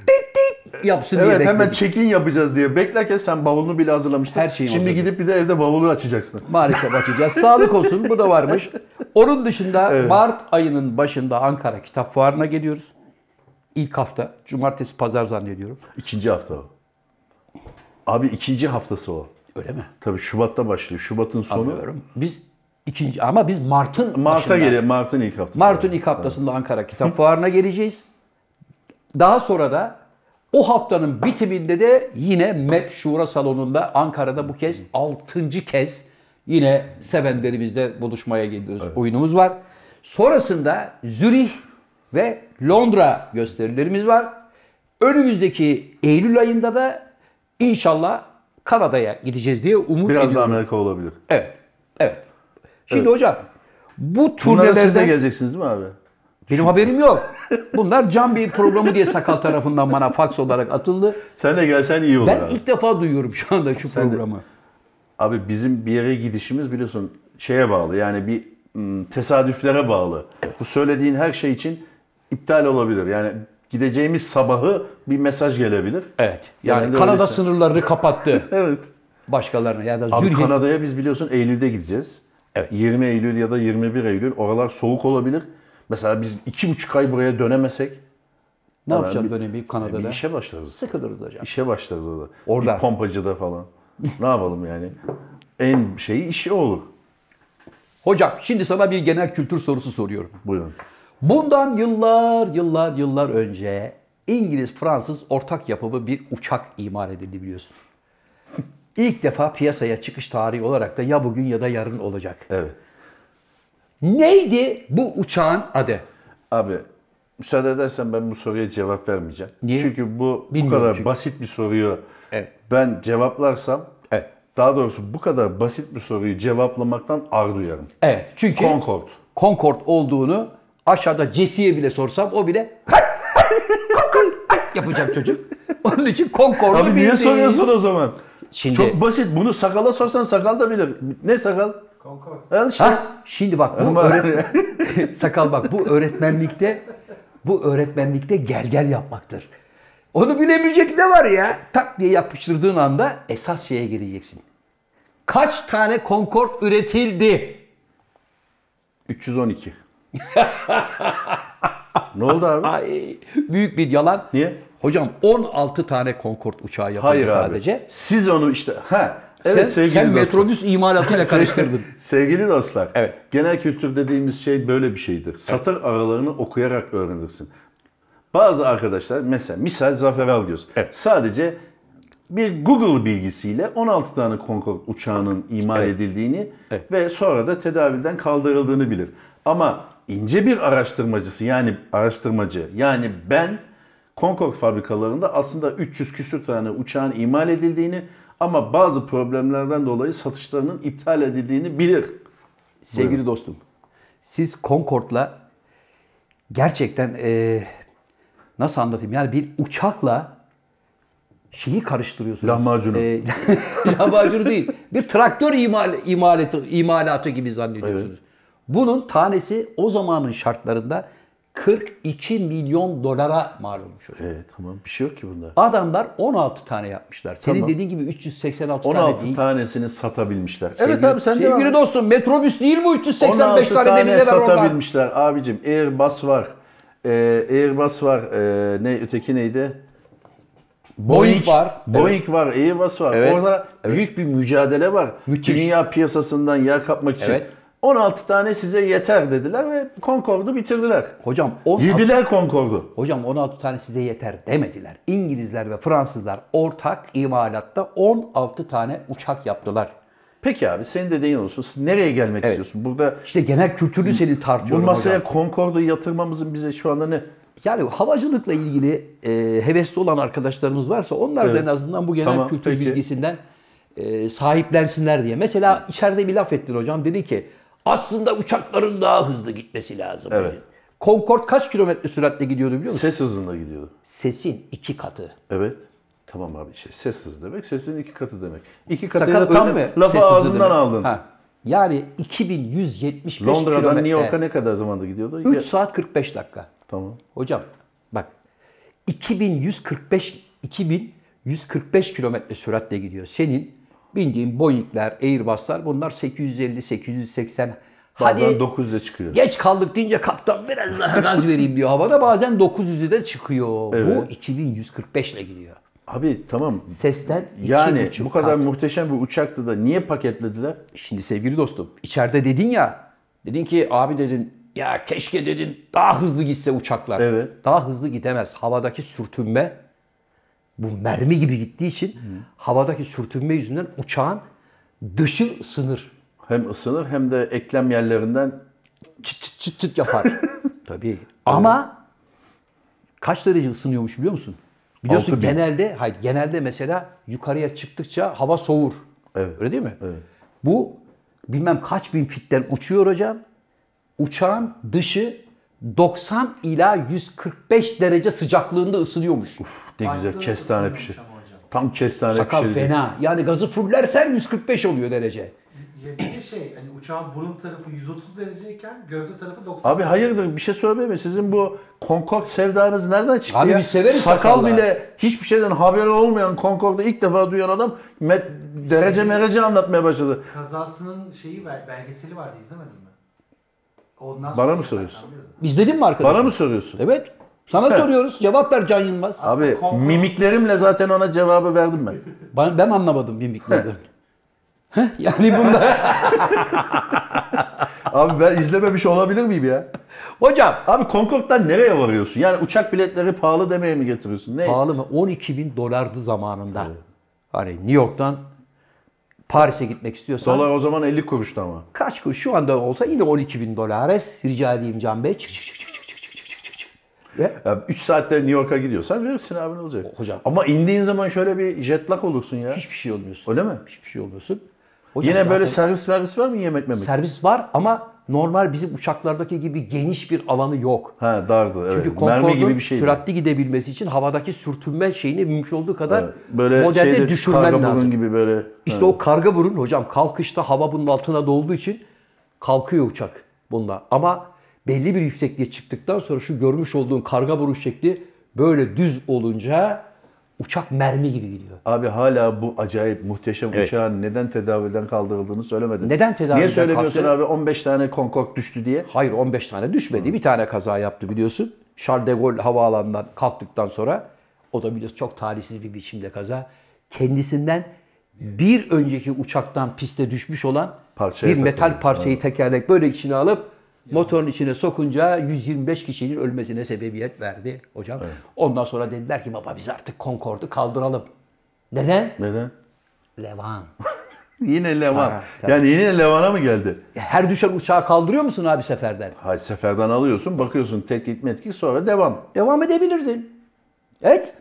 Yapsın diye evet bekledik. hemen check-in yapacağız diye beklerken sen bavulunu bile hazırlamıştın. Her şeyi Şimdi hazırladım. gidip bir de evde bavulu açacaksın. Maalesef açacağız. Sağlık olsun, bu da varmış. Onun dışında Mart ayının başında Ankara Kitap Fuarı'na geliyoruz. İlk hafta, cumartesi, pazar zannediyorum. İkinci hafta o. Abi ikinci haftası o. Öyle mi? Tabii Şubat'ta başlıyor. Şubat'ın sonu. Anlıyorum. Biz ikinci ama biz Mart'ın Mart'a başında, geliyor. Mart'ın ilk haftası. Mart'ın ilk haftasında Ankara Kitap Fuarı'na geleceğiz. Daha sonra da o haftanın bitiminde de yine M E P Şura Salonu'nda Ankara'da bu kez altıncı kez yine sevenlerimizle buluşmaya geliyoruz. Oyunumuz var. Sonrasında Zürih ve Londra gösterilerimiz var. Önümüzdeki Eylül ayında da inşallah Kanada'ya gideceğiz diye umut Biraz da ediyorum. Amerika olabilir. Evet. Evet. Şimdi hocam bu Bunlara siz de turnelerden geleceksiniz değil mi abi? benim haberim yok. Bunlar Can Bey programı diye Sakal tarafından bana faks olarak atıldı. Sen de gelsen iyi olur Ben abi. ilk defa duyuyorum şu anda şu Sen de- programı. Abi bizim bir yere gidişimiz biliyorsun şeye bağlı. Yani bir ım, tesadüflere bağlı. Bu söylediğin her şey için iptal olabilir. Yani gideceğimiz sabahı bir mesaj gelebilir. Evet. Yani Genelde Kanada öyle. sınırlarını kapattı Evet. başkalarına ya da Abi Zürih. Kanada'ya biz biliyorsun Eylül'de gideceğiz. Evet. yirmi Eylül ya da yirmi bir Eylül. Oralar soğuk olabilir. Mesela biz iki buçuk ay buraya dönemesek Ne hemen yapacağım bir- dönemeyip Kanada'da? bir işe başlarız. Sıkılırız hocam. İşe başlarız orada. Orada. Bir pompacıda falan. Ne yapalım yani? En şeyi işi olur. Hocam şimdi sana bir genel kültür sorusu soruyorum. Buyurun. Bundan yıllar yıllar yıllar önce İngiliz-Fransız ortak yapımı bir uçak imal edildi biliyorsun. İlk defa piyasaya çıkış tarihi olarak da ya bugün ya da yarın olacak. Evet. Neydi bu uçağın adı? Abi müsaade edersen ben bu soruya cevap vermeyeceğim. Niye? Çünkü bu bu Bilmiyorum kadar çünkü. basit bir soruyu Evet. ben cevaplarsam Evet. daha doğrusu bu kadar basit bir soruyu cevaplamaktan ar duyarım. Evet. Çünkü Concorde. Concorde olduğunu aşağıda Jesse'ye bile sorsam o bile yapacak çocuk. Onun için Concorde'u Abi niye bildi. soruyorsun o zaman? Şimdi- Çok basit. Bunu sakala sorsan sakal da bilir. Ne sakal? Concorde. Al işte. Ha? Şimdi bak bu Ama- öğret- sakal bak bu öğretmenlikte bu öğretmenlikte gel gel yapmaktır. Onu bilemeyecek ne var ya? Tak diye yapıştırdığın anda esas şeye geleceksin. Kaç tane Concorde üretildi? üç yüz on iki. Ne oldu abi? Ay, büyük bir yalan. Niye? Hocam on altı tane Concorde uçağı yapıldı Hayır sadece. abi. Siz onu işte. Ha. Evet sen sevgili sen dostlar. metrobüs imalatıyla karıştırdın. Sevgili dostlar. Evet. Genel kültür dediğimiz şey böyle bir şeydir. Satır aralarını okuyarak öğrenirsin. Bazı arkadaşlar mesela misal Zafer Algöz. Evet. Sadece bir Google bilgisiyle on altı tane Concorde uçağının imal Evet. edildiğini Evet. ve sonra da tedavülden kaldırıldığını bilir. Ama ince bir araştırmacısı yani araştırmacı yani ben Concorde fabrikalarında aslında üç yüz küsür tane uçağın imal edildiğini ama bazı problemlerden dolayı satışlarının iptal edildiğini bilir. Sevgili dostum, siz Concorde'la gerçekten eee, nasıl anlatayım? Yani bir uçakla şeyi karıştırıyorsunuz. Lahmacunu. Eee, lahmacunu değil. Bir traktör imal, imalatı, imalatı gibi zannediyorsunuz. Bunun tanesi o zamanın şartlarında kırk iki milyon dolara mal olmuş. Evet tamam bir şey yok ki bunda. Adamlar on altı tane yapmışlar. Senin Tamam. dediğin gibi üç yüz seksen altı on tane altı değil. tanesini satabilmişler. Sevgili- Evet abi sen devam Sevgili et. dostum metrobüs değil bu üç yüz seksen beş on altı tane, tane demirler var oradan. satabilmişler abicim. Airbus var. Ee, Airbus var. Ee, ne öteki neydi? Boeing var. Boeing var, Airbus var. Evet. Orada büyük bir mücadele var. Müthiş. Dünya piyasasından yer kapmak için. Evet. on altı tane size yeter dediler ve Concorde'u bitirdiler. Hocam on altı Yediler Concorde'u. Hocam on altı tane size yeter demediler. İngilizler ve Fransızlar ortak imalatta on altı tane uçak yaptılar. Peki abi senin dediğin olsun. Siz nereye gelmek Evet. istiyorsun? Burada İşte genel kültürü seni bu tartıyorum masaya hocam. Concorde'u yatırmamızın bize şu anda ne? Yani havacılıkla ilgili e, hevesli olan arkadaşlarımız varsa onlar da Evet. en azından bu genel Tamam, kültür peki. bilgisinden e, sahiplensinler diye. Mesela içeride bir laf ettin hocam. Dedi ki aslında uçakların daha hızlı gitmesi lazım. Evet. Concorde kaç kilometre süratle gidiyordu biliyor musun? Ses hızında gidiyordu. Sesin iki katı. Evet. Tamam abi işte ses hız demek sesin iki katı demek. İki katıyla Sakal tam öyle mi? lafı Ses hızı ağzımdan demek. aldın. Ha. Yani iki bin yüz yetmiş beş Londra'dan kilometre. New York'a ne kadar zamanda gidiyordu? üç Ya- saat kırk beş dakika. Tamam. Hocam bak iki bin yüz kırk beş iki bin yüz kırk beş kilometre süratle gidiyor. Senin bindiğin Boeing'ler, Airbus'lar bunlar sekiz yüz elli sekiz yüz seksen. Bazen Hadi dokuz yüze çıkıyor. geç kaldık deyince kaptan biraz daha gaz vereyim diyor havada. Bazen dokuz yüzü de çıkıyor. Evet. Bu iki bin yüz kırk beş ile gidiyor. Abi tamam. Sesten iki Yani buçuk bu kadar kat. muhteşem bir uçaktı da niye paketlediler? Şimdi sevgili dostum içeride dedin ya, dedin ki abi dedin ya keşke dedin daha hızlı gitse uçaklar. Evet. Daha hızlı gidemez. Havadaki sürtünme bu mermi gibi gittiği için havadaki sürtünme yüzünden uçağın dışı ısınır. Hem ısınır hem de eklem yerlerinden Çıt çıt çıt çıt yapar. Tabii. Ama kaç derece ısınıyormuş biliyor musun? Biliyorsun Altı bin. genelde hayır genelde mesela yukarıya çıktıkça hava soğur. Evet. Öyle değil mi? Evet. Bu bilmem kaç bin fitten uçuyor hocam. Uçağın dışı doksan ila yüz kırk beş derece sıcaklığında ısınıyormuş. Uf, ne güzel Farklı kestane ısınıyormuş pişir. ama hocam. Tam kestane Sakal pişirecek. fena. Yani gazı fullersen yüz kırk beş oluyor derece. Ya bir de şey hani uçağın burun tarafı yüz otuz dereceyken gövde tarafı doksan. Abi hayırdır bir şey söyleyeyim mi? Sizin bu Concorde sevdanız nereden çıktı Abi ya? biz severiz Sakal sakallar. bile hiçbir şeyden haberi olmayan Concorde'u ilk defa duyan adam met, derece merece anlatmaya başladı. Kazasının şeyi bel- belgeseli vardı izlemedin mi? Ondan Bana sonra mı soruyorsun? saklanıyordu. İzledin mi arkadaşım? Bana mı soruyorsun? Evet. Sana soruyoruz. Cevap ver Can Yılmaz. Abi Concorde- mimiklerimle zaten ona cevabı verdim ben. Ben, ben anlamadım mimiklerden. Heh, yani bunda... Abi ben izlememiş olabilir miyim ya? Hocam. Abi Concorde'dan nereye varıyorsun? Yani uçak biletleri pahalı demeye mi getiriyorsun? Ne? Pahalı mı? on iki bin dolardı zamanında. Hani New York'tan Paris'e gitmek istiyorsan Dolar o zaman elli kuruştu ama. kaç kuruş şu anda olsa yine on iki bin dolares. Rica edeyim Can Bey. Çık çık çık çık çık çık çık çık çık çık. Ve üç saatte New York'a gidiyorsan verirsin abi ne olacak? Hocam. Ama indiğin zaman şöyle bir jet lag olursun ya. hiçbir şey olmuyorsun. Öyle mi? Hiçbir şey olmuyorsun. Hocam Yine böyle zaten servis servis var mı yemek memek? servis var ama normal bizim uçaklardaki gibi geniş bir alanı yok. Ha dardı evet. Çünkü Mermi Concorde'un gibi bir şey. süratli gidebilmesi için havadaki sürtünme şeyini mümkün olduğu kadar Evet. Böyle modelde şeyde, düşürmen karga lazım. burun gibi böyle. İşte o karga burun hocam kalkışta hava bunun altına dolduğu için kalkıyor uçak bununla. Ama belli bir yüksekliğe çıktıktan sonra şu görmüş olduğun karga burun şekli böyle düz olunca uçak mermi gibi gidiyor. Abi hala bu acayip muhteşem Evet. uçağın neden tedavülden kaldırıldığını söylemedin. Neden tedavülden Niye söylemiyorsun kalktı? abi on beş tane Concorde düştü diye? Hayır on beş tane düşmedi. Bir tane kaza yaptı biliyorsun. Charles de Gaulle havaalanından kalktıktan sonra o da biliyorsun çok talihsiz bir biçimde kaza. Kendisinden bir önceki uçaktan piste düşmüş olan Parçaya bir metal takıldı. parçayı tekerlek böyle içine alıp motorun içine sokunca yüz yirmi beş kişinin ölmesine sebebiyet verdi hocam. Ondan sonra dediler ki baba biz artık Concorde'u kaldıralım. Neden? Neden? Levan. Yine Levan. Ha, tabii. yani yine Levan'a mı geldi? Her düşen uçağı kaldırıyor musun abi seferden? Hay seferden alıyorsun, bakıyorsun tetkik metkik sonra devam. Devam edebilirdin. Evet.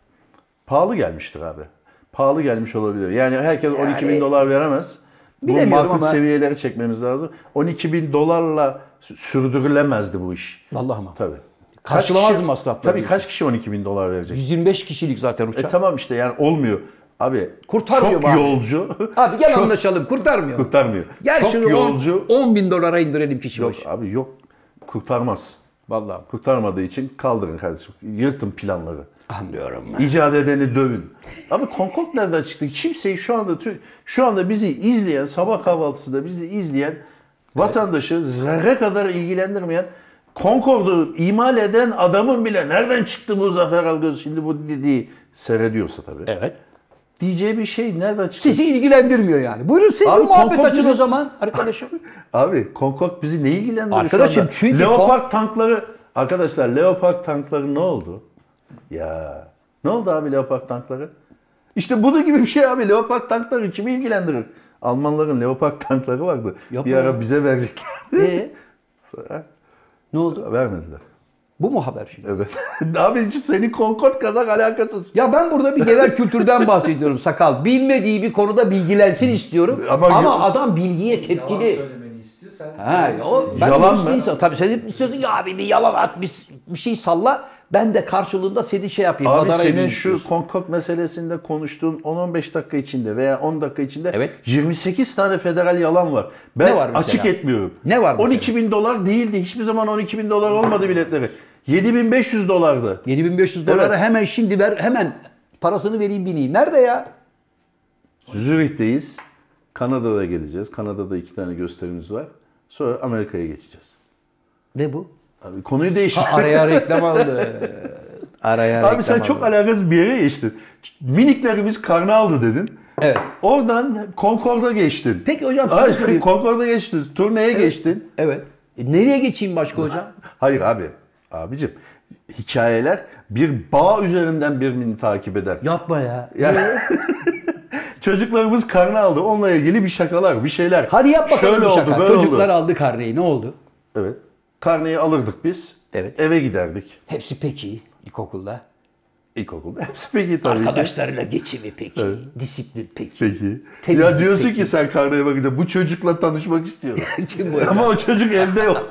Pahalı gelmiştir abi. Pahalı gelmiş olabilir. Yani herkes on iki bin Yani- dolar veremez. Bu Bilemiyorum makul ama- seviyeleri çekmemiz lazım. on iki bin dolarla sü- sürdürülemezdi bu iş. Vallahi ama. Tabii. Karşılamaz Kaç kişi- masrafları Tabii diyorsun. kaç kişi on iki bin dolar verecek? yüz yirmi beş kişilik zaten uçak. E tamam işte yani olmuyor. Abi Kurtarmıyor çok abi. yolcu. Abi gel çok anlaşalım kurtarmıyor. kurtarmıyor. Gel çok şunu yolcu. on bin dolara indirelim kişi Yok başı. abi yok. Kurtarmaz. Vallahi Kurtarmadığı için kaldırın kardeşim. Yırtın planları. anlıyorum ben. İcat edeni dövün. Abi Concorde nereden çıktı? Kimseyi şu anda şu anda bizi izleyen, sabah kahvaltısında bizi izleyen vatandaşı zerre kadar ilgilendirmeyen Concorde'u imal eden adamın bile nereden çıktı bu Zafer Algöz şimdi bu dediği seyrediyorsa tabii. Evet. Diyeceği bir şey nereden çıkıyor? Sizi ilgilendirmiyor yani. Buyurun siz Abi, bir muhabbet Concord açın bizi- o zaman arkadaşım. Abi Concorde bizi ne ilgilendiriyor Arkadaşım, şu anda? çünkü Leopard tankları, arkadaşlar Leopard tankları ne oldu? Ya ne oldu abi Leopard tankları? İşte bunun gibi bir şey abi. Leopard tankları kimi ilgilendirir? Almanların Leopard tankları vardı. Yapma bir ara ya. bize verecekler. Ee, Sonra ne oldu? vermediler. Bu mu haber şimdi? Evet. Abi hiç senin Concorde kadar alakasız. Ya ben burada bir genel kültürden bahsediyorum sakal. Bilmediği bir konuda bilgilensin istiyorum. Ama- Ama, adam bilgiye Yalan tepkili. söylemeni istiyor. Sen Ha, o ben Yalan dürüst mı? insan. Tabii sen hep istiyorsun ya abi bir yalan at, bir, bir şey salla. Ben de karşılığında seni şey yapayım. Abi madara senin edeyim şu istiyorsun. Concorde meselesinde konuştuğun on on beş dakika içinde veya on dakika içinde Evet. yirmi sekiz tane federal yalan var. Ben Ne var mesela? açık etmiyorum. Ne var mesela? on iki bin dolar değildi. Hiçbir zaman on iki bin dolar olmadı biletleri. yedi bin beş yüz dolardı. yedi bin beş yüz dolara Evet. hemen şimdi ver, hemen parasını vereyim bineyim. Nerede ya? Zürih'teyiz. Kanada'da geleceğiz. Kanada'da iki tane gösterimiz var. Sonra Amerika'ya geçeceğiz. Ne bu? Abi konuyu değiştir. Ha, araya reklam aldı. Araya reklam Abi sen aldı. çok alakasız bir yere geçtin. Miniklerimiz karnı aldı dedin. Evet. Oradan Concorde'a geçtin. Peki hocam size Ay, sorayım. Concorde'a geçtin. Turneye geçtin. Evet. E, nereye geçeyim başka hocam? Hayır abi. Abicim hikayeler bir bağ üzerinden birbirini takip eder. Yapma ya. Yani çocuklarımız karnı aldı. Onunla ilgili bir şakalar, bir şeyler. Hadi yap bakalım Şöyle bir oldu, şaka. böyle Çocuklar oldu. aldı karneyi. Ne oldu? Evet. Karneyi alırdık biz. Evet. Eve giderdik. Hepsi peki ilkokulda. İlkokulda. Hepsi peki tabii ki. Arkadaşlarıyla geçimi peki. Evet. Disiplin peki. Peki. Temizlik ya diyorsun peki. ki sen karneye bakınca bu çocukla tanışmak istiyorum. Kim bu? Ama o çocuk evde yok.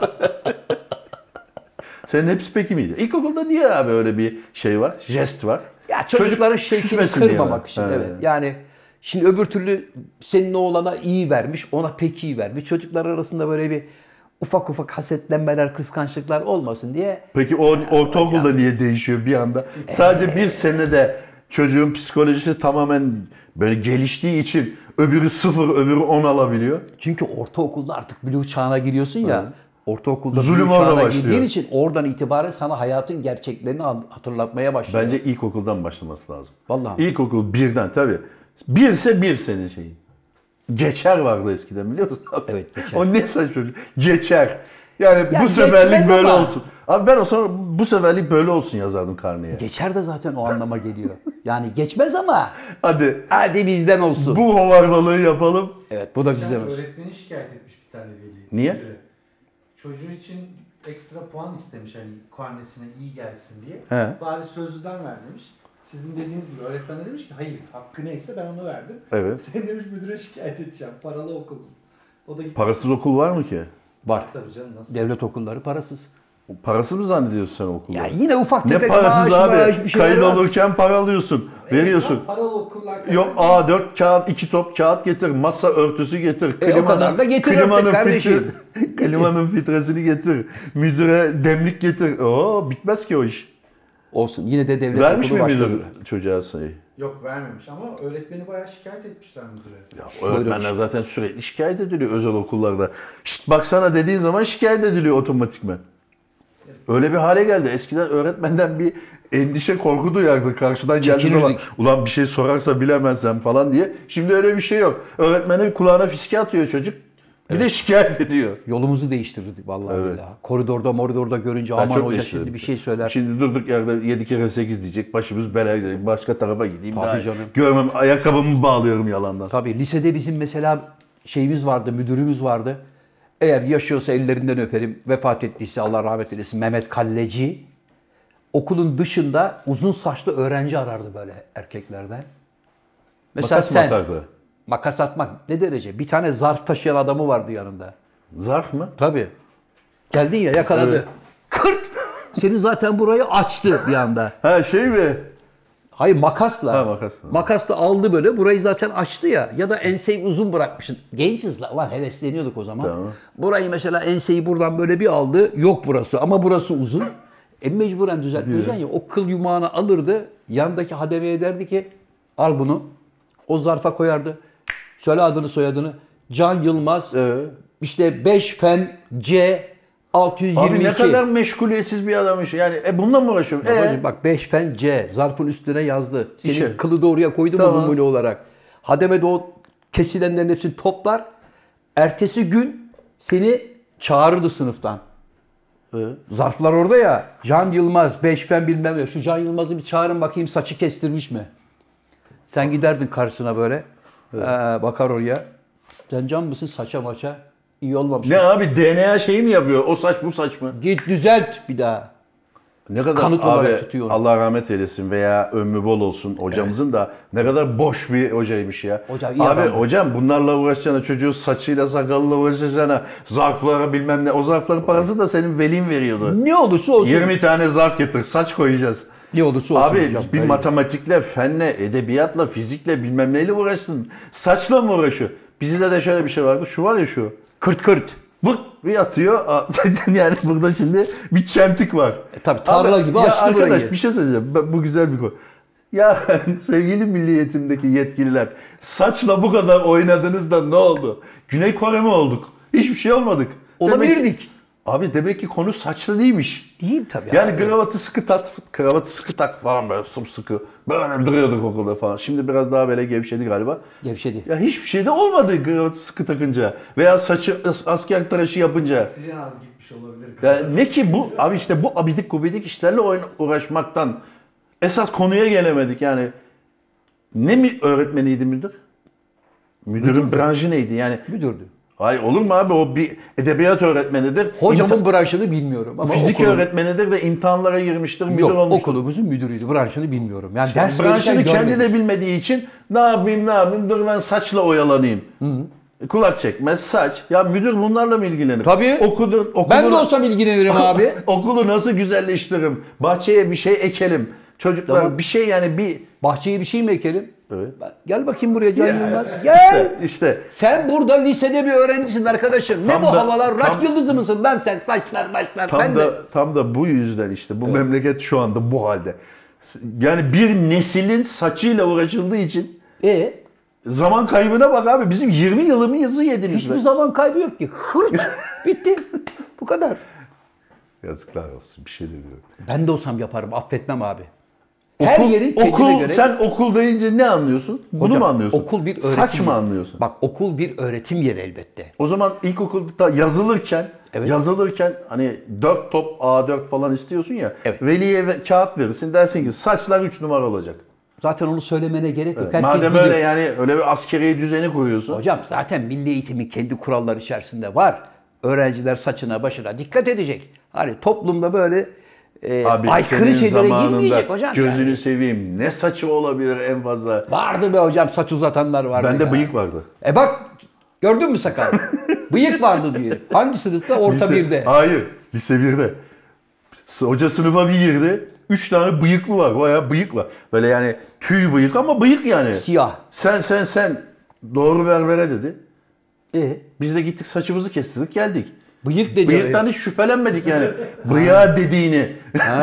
Senin hepsi peki miydi? İlkokulda niye abi öyle bir şey var? Jest var. Ya çocukların Çocuk şevkini küsmesin diye kırmamak mi? için. He. Evet. Yani şimdi öbür türlü senin oğlana iyi vermiş, ona pek iyi vermiş. Çocuklar arasında böyle bir ufak ufak hasetlenmeler, kıskançlıklar olmasın diye. Peki o ortaokulda niye değişiyor bir anda? Sadece bir senede çocuğun psikolojisi tamamen böyle geliştiği için öbürü sıfır, öbürü on alabiliyor. Çünkü ortaokulda artık blue çağına giriyorsun ya. Ortaokulda Zulüm blue orada çağına başlıyor. girdiğin için oradan itibaren sana hayatın gerçeklerini hatırlatmaya başlıyor. Bence ilkokuldan başlaması lazım. Vallahi. İlkokul birden tabii. Birse bir senin şeyin. Geçer vardı eskiden biliyor musun? Evet, geçer. O ne saçma çocuk. Geçer. Yani Ya bu seferlik geçmez böyle ama. olsun. Abi ben o zaman bu seferlik böyle olsun yazardım karneye. Geçer de zaten o anlama geliyor. Yani geçmez ama Hadi hadi bizden olsun. bu hovardalığı yapalım. Evet bu da Geçen bizden olsun. öğretmeni şikayet etmiş bir tane veli. Niye? Müdüre. Çocuğu için ekstra puan istemiş hani karnesine iyi gelsin diye. He. Bari sözlüden ver demiş. Sizin dediğiniz gibi öğretmen de demiş ki hayır hakkı neyse ben onu verdim. Evet. Sen demiş müdüre şikayet edeceğim. Paralı okul. O da gitti. Parasız okul var mı ki? Var. Tabii canım nasıl? Devlet okulları parasız. Parasız mı zannediyorsun sen okulu? Ya yine ufak Ne tefek parasız maaş, abi? maaş bir şeyler Kayıt var. olurken para alıyorsun. Veriyorsun. Evet, paralı okullar kadar. Yok A dört kağıt, iki top kağıt getir, masa örtüsü getir, E, o kadar da getir klimanın artık kardeşim. filtre- klimanın filtresini getir, müdüre demlik getir. Oo bitmez ki o iş. Olsun yine de devlet Vermiş okulu mi başkanı. müdür çocuğa sayı? Yok vermemiş ama öğretmeni bayağı şikayet etmişler müdüre. Ya öğretmenler zaten sürekli şikayet ediliyor özel okullarda. Şşt baksana dediğin zaman şikayet ediliyor otomatikman. Öyle bir hale geldi. Eskiden öğretmenden bir endişe, korku duyardı karşıdan geldiği zaman. Çekinirdik. Ulan bir şey sorarsa bilemezsem falan diye. Şimdi öyle bir şey yok. Öğretmenin kulağına fiske atıyor çocuk. Bir de şikayet ediyor. Yolumuzu değiştirdik vallahi Evet. billahi. Koridorda moridorda görünce Ben aman çok hoca değiştirdim. şimdi bir şey söyler. Şimdi durduk yerde yedi kere sekiz diyecek. Başımız belaya girecek. Başka tarafa gideyim. Tabii daha canım. Görmem. Ayakkabımı bağlıyorum yalandan. Tabii lisede bizim mesela şeyimiz vardı, müdürümüz vardı. Eğer yaşıyorsa ellerinden öperim. Vefat ettiyse Allah rahmet eylesin Mehmet Kalleci. Okulun dışında uzun saçlı öğrenci arardı böyle erkeklerden. Mesela Makas mı sen atardı? makas atmak ne derece? Bir tane zarf taşıyan adamı vardı yanında. Zarf mı? Tabii. Geldin ya yakaladı. Evet. Kırt! Seni zaten burayı açtı bir anda. Ha şey mi? Hayır makasla. Ha, makasla. Makasla aldı böyle burayı zaten açtı ya. Ya da enseyi uzun bırakmışsın. Genciz la. Ulan hevesleniyorduk o zaman. Tamam. Burayı mesela enseyi buradan böyle bir aldı. Yok burası ama burası uzun. E mecburen düzelttireceksin ya. O kıl yumağını alırdı. Yandaki hademeye derdi ki al bunu. O zarfa koyardı. Söyle adını soyadını. Can Yılmaz. Evet. İşte beş fen C altı yüz yirmi iki. Abi ne kadar meşguliyetsiz bir adammış. Yani e bununla mı uğraşıyorum? Babacığım E? bak beş fen C zarfın üstüne yazdı. Senin İşe. kılı da oraya koydu mu Tamam. numune olarak. Hademe de o kesilenlerin hepsini toplar. Ertesi gün seni çağırırdı sınıftan. Evet. Zarflar orada ya. Can Yılmaz, beş fen bilmem ne. Şu Can Yılmaz'ı bir çağırın bakayım saçı kestirmiş mi? Sen giderdin karşısına böyle. Evet. Ee, bakar oraya. Sen can mısın saça maça? İyi olmamış. Ne abi D N A şeyi mi yapıyor? O saç bu saç mı? Git düzelt bir daha. Ne kadar Kanıt abi olarak tutuyor onu. Allah rahmet eylesin veya ömrü bol olsun hocamızın da ne kadar boş bir hocaymış ya. Hocam iyi abi adamdı. hocam bunlarla uğraşacağına çocuğu saçıyla sakalla uğraşacağına zarflara bilmem ne o zarfların parası da senin velin veriyordu. Ne olursa olsun. yirmi tane zarf getir saç koyacağız. Ne olursa olsun. Abi hocam, bir öyle. matematikle, fenle, edebiyatla, fizikle bilmem neyle uğraşsın. Saçla mı uğraşıyor? Bizde de şöyle bir şey vardı. Şu var ya şu. Kırt kırt. Vık bir atıyor. Aa, yani burada şimdi bir çentik var. E, tabii tarla Abi, gibi ya açtı arkadaş, burayı. bir şey söyleyeceğim. Ben- Bu güzel bir konu. Ya sevgili milli eğitimdeki yetkililer saçla bu kadar oynadınız da ne oldu? Güney Kore mi olduk? Hiçbir şey olmadık. Olabilirdik. Demek ki- abi demek ki konu saçla değilmiş. Değil tabii. Yani abi. kravatı sıkı tat, kravatı sıkı tak falan böyle sımsıkı. Böyle duruyorduk okulda falan. Şimdi biraz daha böyle gevşedi galiba. Gevşedi. Ya hiçbir şey de olmadı kravatı sıkı takınca. Veya saçı as- asker tıraşı yapınca. Oksijen az gitmiş olabilir. Ya ne ki bu? Abi işte bu abidik gubidik işlerle oyun- uğraşmaktan esas konuya gelemedik yani. Ne mi öğretmeniydi müdür? Müdürün branşı neydi yani? Müdürdü. Ay olur mu abi o bir edebiyat öğretmenidir. Hocamın İmta- branşını bilmiyorum ama fizik okulun, öğretmenidir ve imtihanlara girmiştir, müdür yok, olmuştur. okulumuzun müdürüydü. Branşını bilmiyorum. Yani ders Branşını verirken kendi görmedim. de bilmediği için ne yapayım ne yapayım dur ben saçla oyalanayım. Kulak çekmez saç. Ya müdür bunlarla mı ilgilenir? Tabii. Okulu, okulu, Ben de olsam ilgilenirim abi. okulu nasıl güzelleştiririm? Bahçeye bir şey ekelim. Çocuklar Tamam. bir şey yani bir... Bahçeye bir şey mi ekelim? Evet. Gel bakayım buraya Can Ya, Yılmaz. işte, Gel. işte. Sen burada lisede bir öğrencisin arkadaşım. Ne Tam bu da- havalar? Raç tam- yıldızı mısın lan sen? Saçlar başlar. Tam Ben da de. tam da bu yüzden işte bu memleket şu anda bu halde. Yani bir neslin saçıyla uğraşıldığı için E zaman kaybına bak abi. Bizim yirmi yılımızı yediniz hiçbir be. zaman kaybı yok ki. Hırt. Bitti. Bu kadar. Yazıklar olsun bir şey demiyorum. Ben de olsam yaparım. Affetmem abi. Her yerin kendine okul, göre. Sen okul deyince ne anlıyorsun? Bunu Hocam, mu anlıyorsun? Okul bir öğretim Saç mı yeri. anlıyorsun? Bak okul bir öğretim yeri elbette. O zaman ilkokulda yazılırken Evet. yazılırken hani dört top A dört falan istiyorsun ya. Evet. Veliye ve- kağıt verirsin dersin ki saçlar üç numara olacak. Zaten onu söylemene gerek yok. Herkes Madem bilir. öyle yani öyle bir askeri düzeni kuruyorsun. Hocam zaten milli eğitimin kendi kuralları içerisinde var. Öğrenciler saçına başına dikkat edecek. Hani toplumda böyle e, Abi aykırı senin şeylere zamanında girmeyecek hocam. gözünü yani. seveyim ne saçı olabilir en fazla. Vardı be hocam saç uzatanlar vardı. Bende ya. bıyık vardı. E bak gördün mü sakal? Bıyık vardı diyor. Hangi sınıfta? Orta Lise- birde. Hayır lise birde. S- Hoca sınıfa bir girdi. Üç tane bıyıklı var. Bayağı bıyık var. Böyle yani tüy bıyık ama bıyık yani. Siyah. Sen sen sen doğru berbere dedi. E, Biz de gittik saçımızı kestirdik geldik. bıyık dedi. Bıyıktan hiç şüphelenmedik yani. Bıyığa dediğini.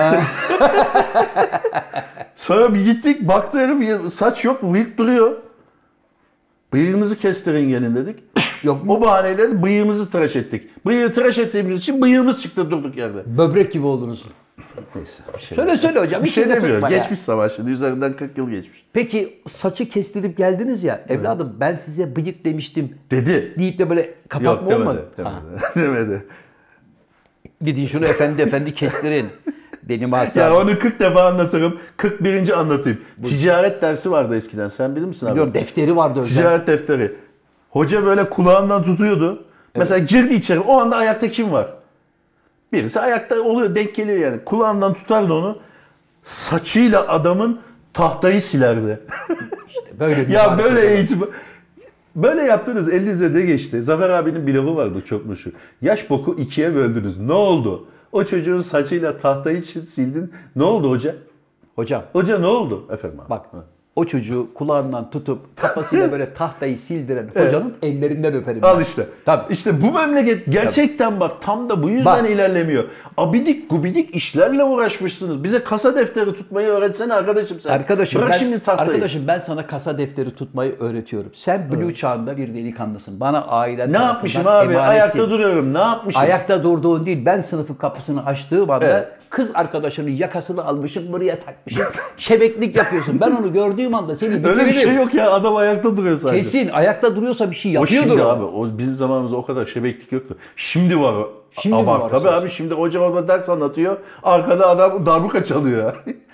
Sonra bir gittik baktı herif ya, saç yok bıyık duruyor. Bıyığınızı kestirin gelin dedik. Yok mu? O bahaneyle de bıyığımızı tıraş ettik. Bıyığı tıraş ettiğimiz için bıyığımız çıktı durduk yerde. Böbrek gibi oldunuz. Neyse bir şey Söyle söyle hocam. Bir şey içinde demiyorum. tutma ya. Geçmiş savaş şimdi. Üzerinden kırk yıl geçmiş. Peki saçı kestirip geldiniz ya. Evladım ben size bıyık demiştim. Dedi. Deyip de böyle Yok kapatma demedi. olmadı. Demedi. Ha. demedi. Gidin şunu efendi efendi kestirin. Benim Ya asabım. onu kırk defa anlatırım. kırk birinci anlatayım. Ticaret dersi vardı eskiden. Sen bilir misin abi? Biliyorum, defteri vardı özel. Ticaret defteri. Hoca böyle kulağından tutuyordu. Mesela girdi içeri. O anda ayakta kim var? Birisi ayakta oluyor. Denk geliyor yani. Kulağından tutardı onu. Saçıyla adamın tahtayı silerdi. Böyle bir ya harika böyle var. eğitim... Böyle yaptınız elinize de geçti. Zafer abinin bir lafı vardı çok meşhur. Yaş boku ikiye böldünüz. Ne oldu? O çocuğun saçıyla tahtayı sildin. Ne oldu hoca? Hocam Hoca ne oldu? Efendim abi. bak Ha. o çocuğu kulağından tutup kafasıyla böyle tahtayı sildiren hocanın ellerinden öperim. ben. Al işte. Tabii. İşte bu memleket gerçekten bak tam da bu yüzden Bak. ilerlemiyor. Abidik gubidik işlerle uğraşmışsınız. Bize kasa defteri tutmayı öğretsene arkadaşım sen. Arkadaşım Bırak ben, şimdi tahtayı. arkadaşım ben sana kasa defteri tutmayı öğretiyorum. Sen Blue çağında bir delikanlısın. Bana ailen Ne tarafından yapmışım abi? emanetsin. Ayakta duruyorum. Ne yapmışım? Ayakta durduğun değil, ben sınıfın kapısını açtığım anda Evet. kız arkadaşının yakasını almışım, buraya takmışım. Şebeklik yapıyorsun. Ben onu gördüğüm anda seni bitiririm. Öyle bir şey yok ya. Adam ayakta duruyor sadece. Kesin ayakta duruyorsa bir şey O yapıyordur şimdi o. abi. O bizim zamanımızda o kadar şebeklik yoktu. Şimdi var. o. Şimdi mi Abart. var o Tabii söz? abi şimdi hoca orada ders anlatıyor. Arkada adam darbuka çalıyor.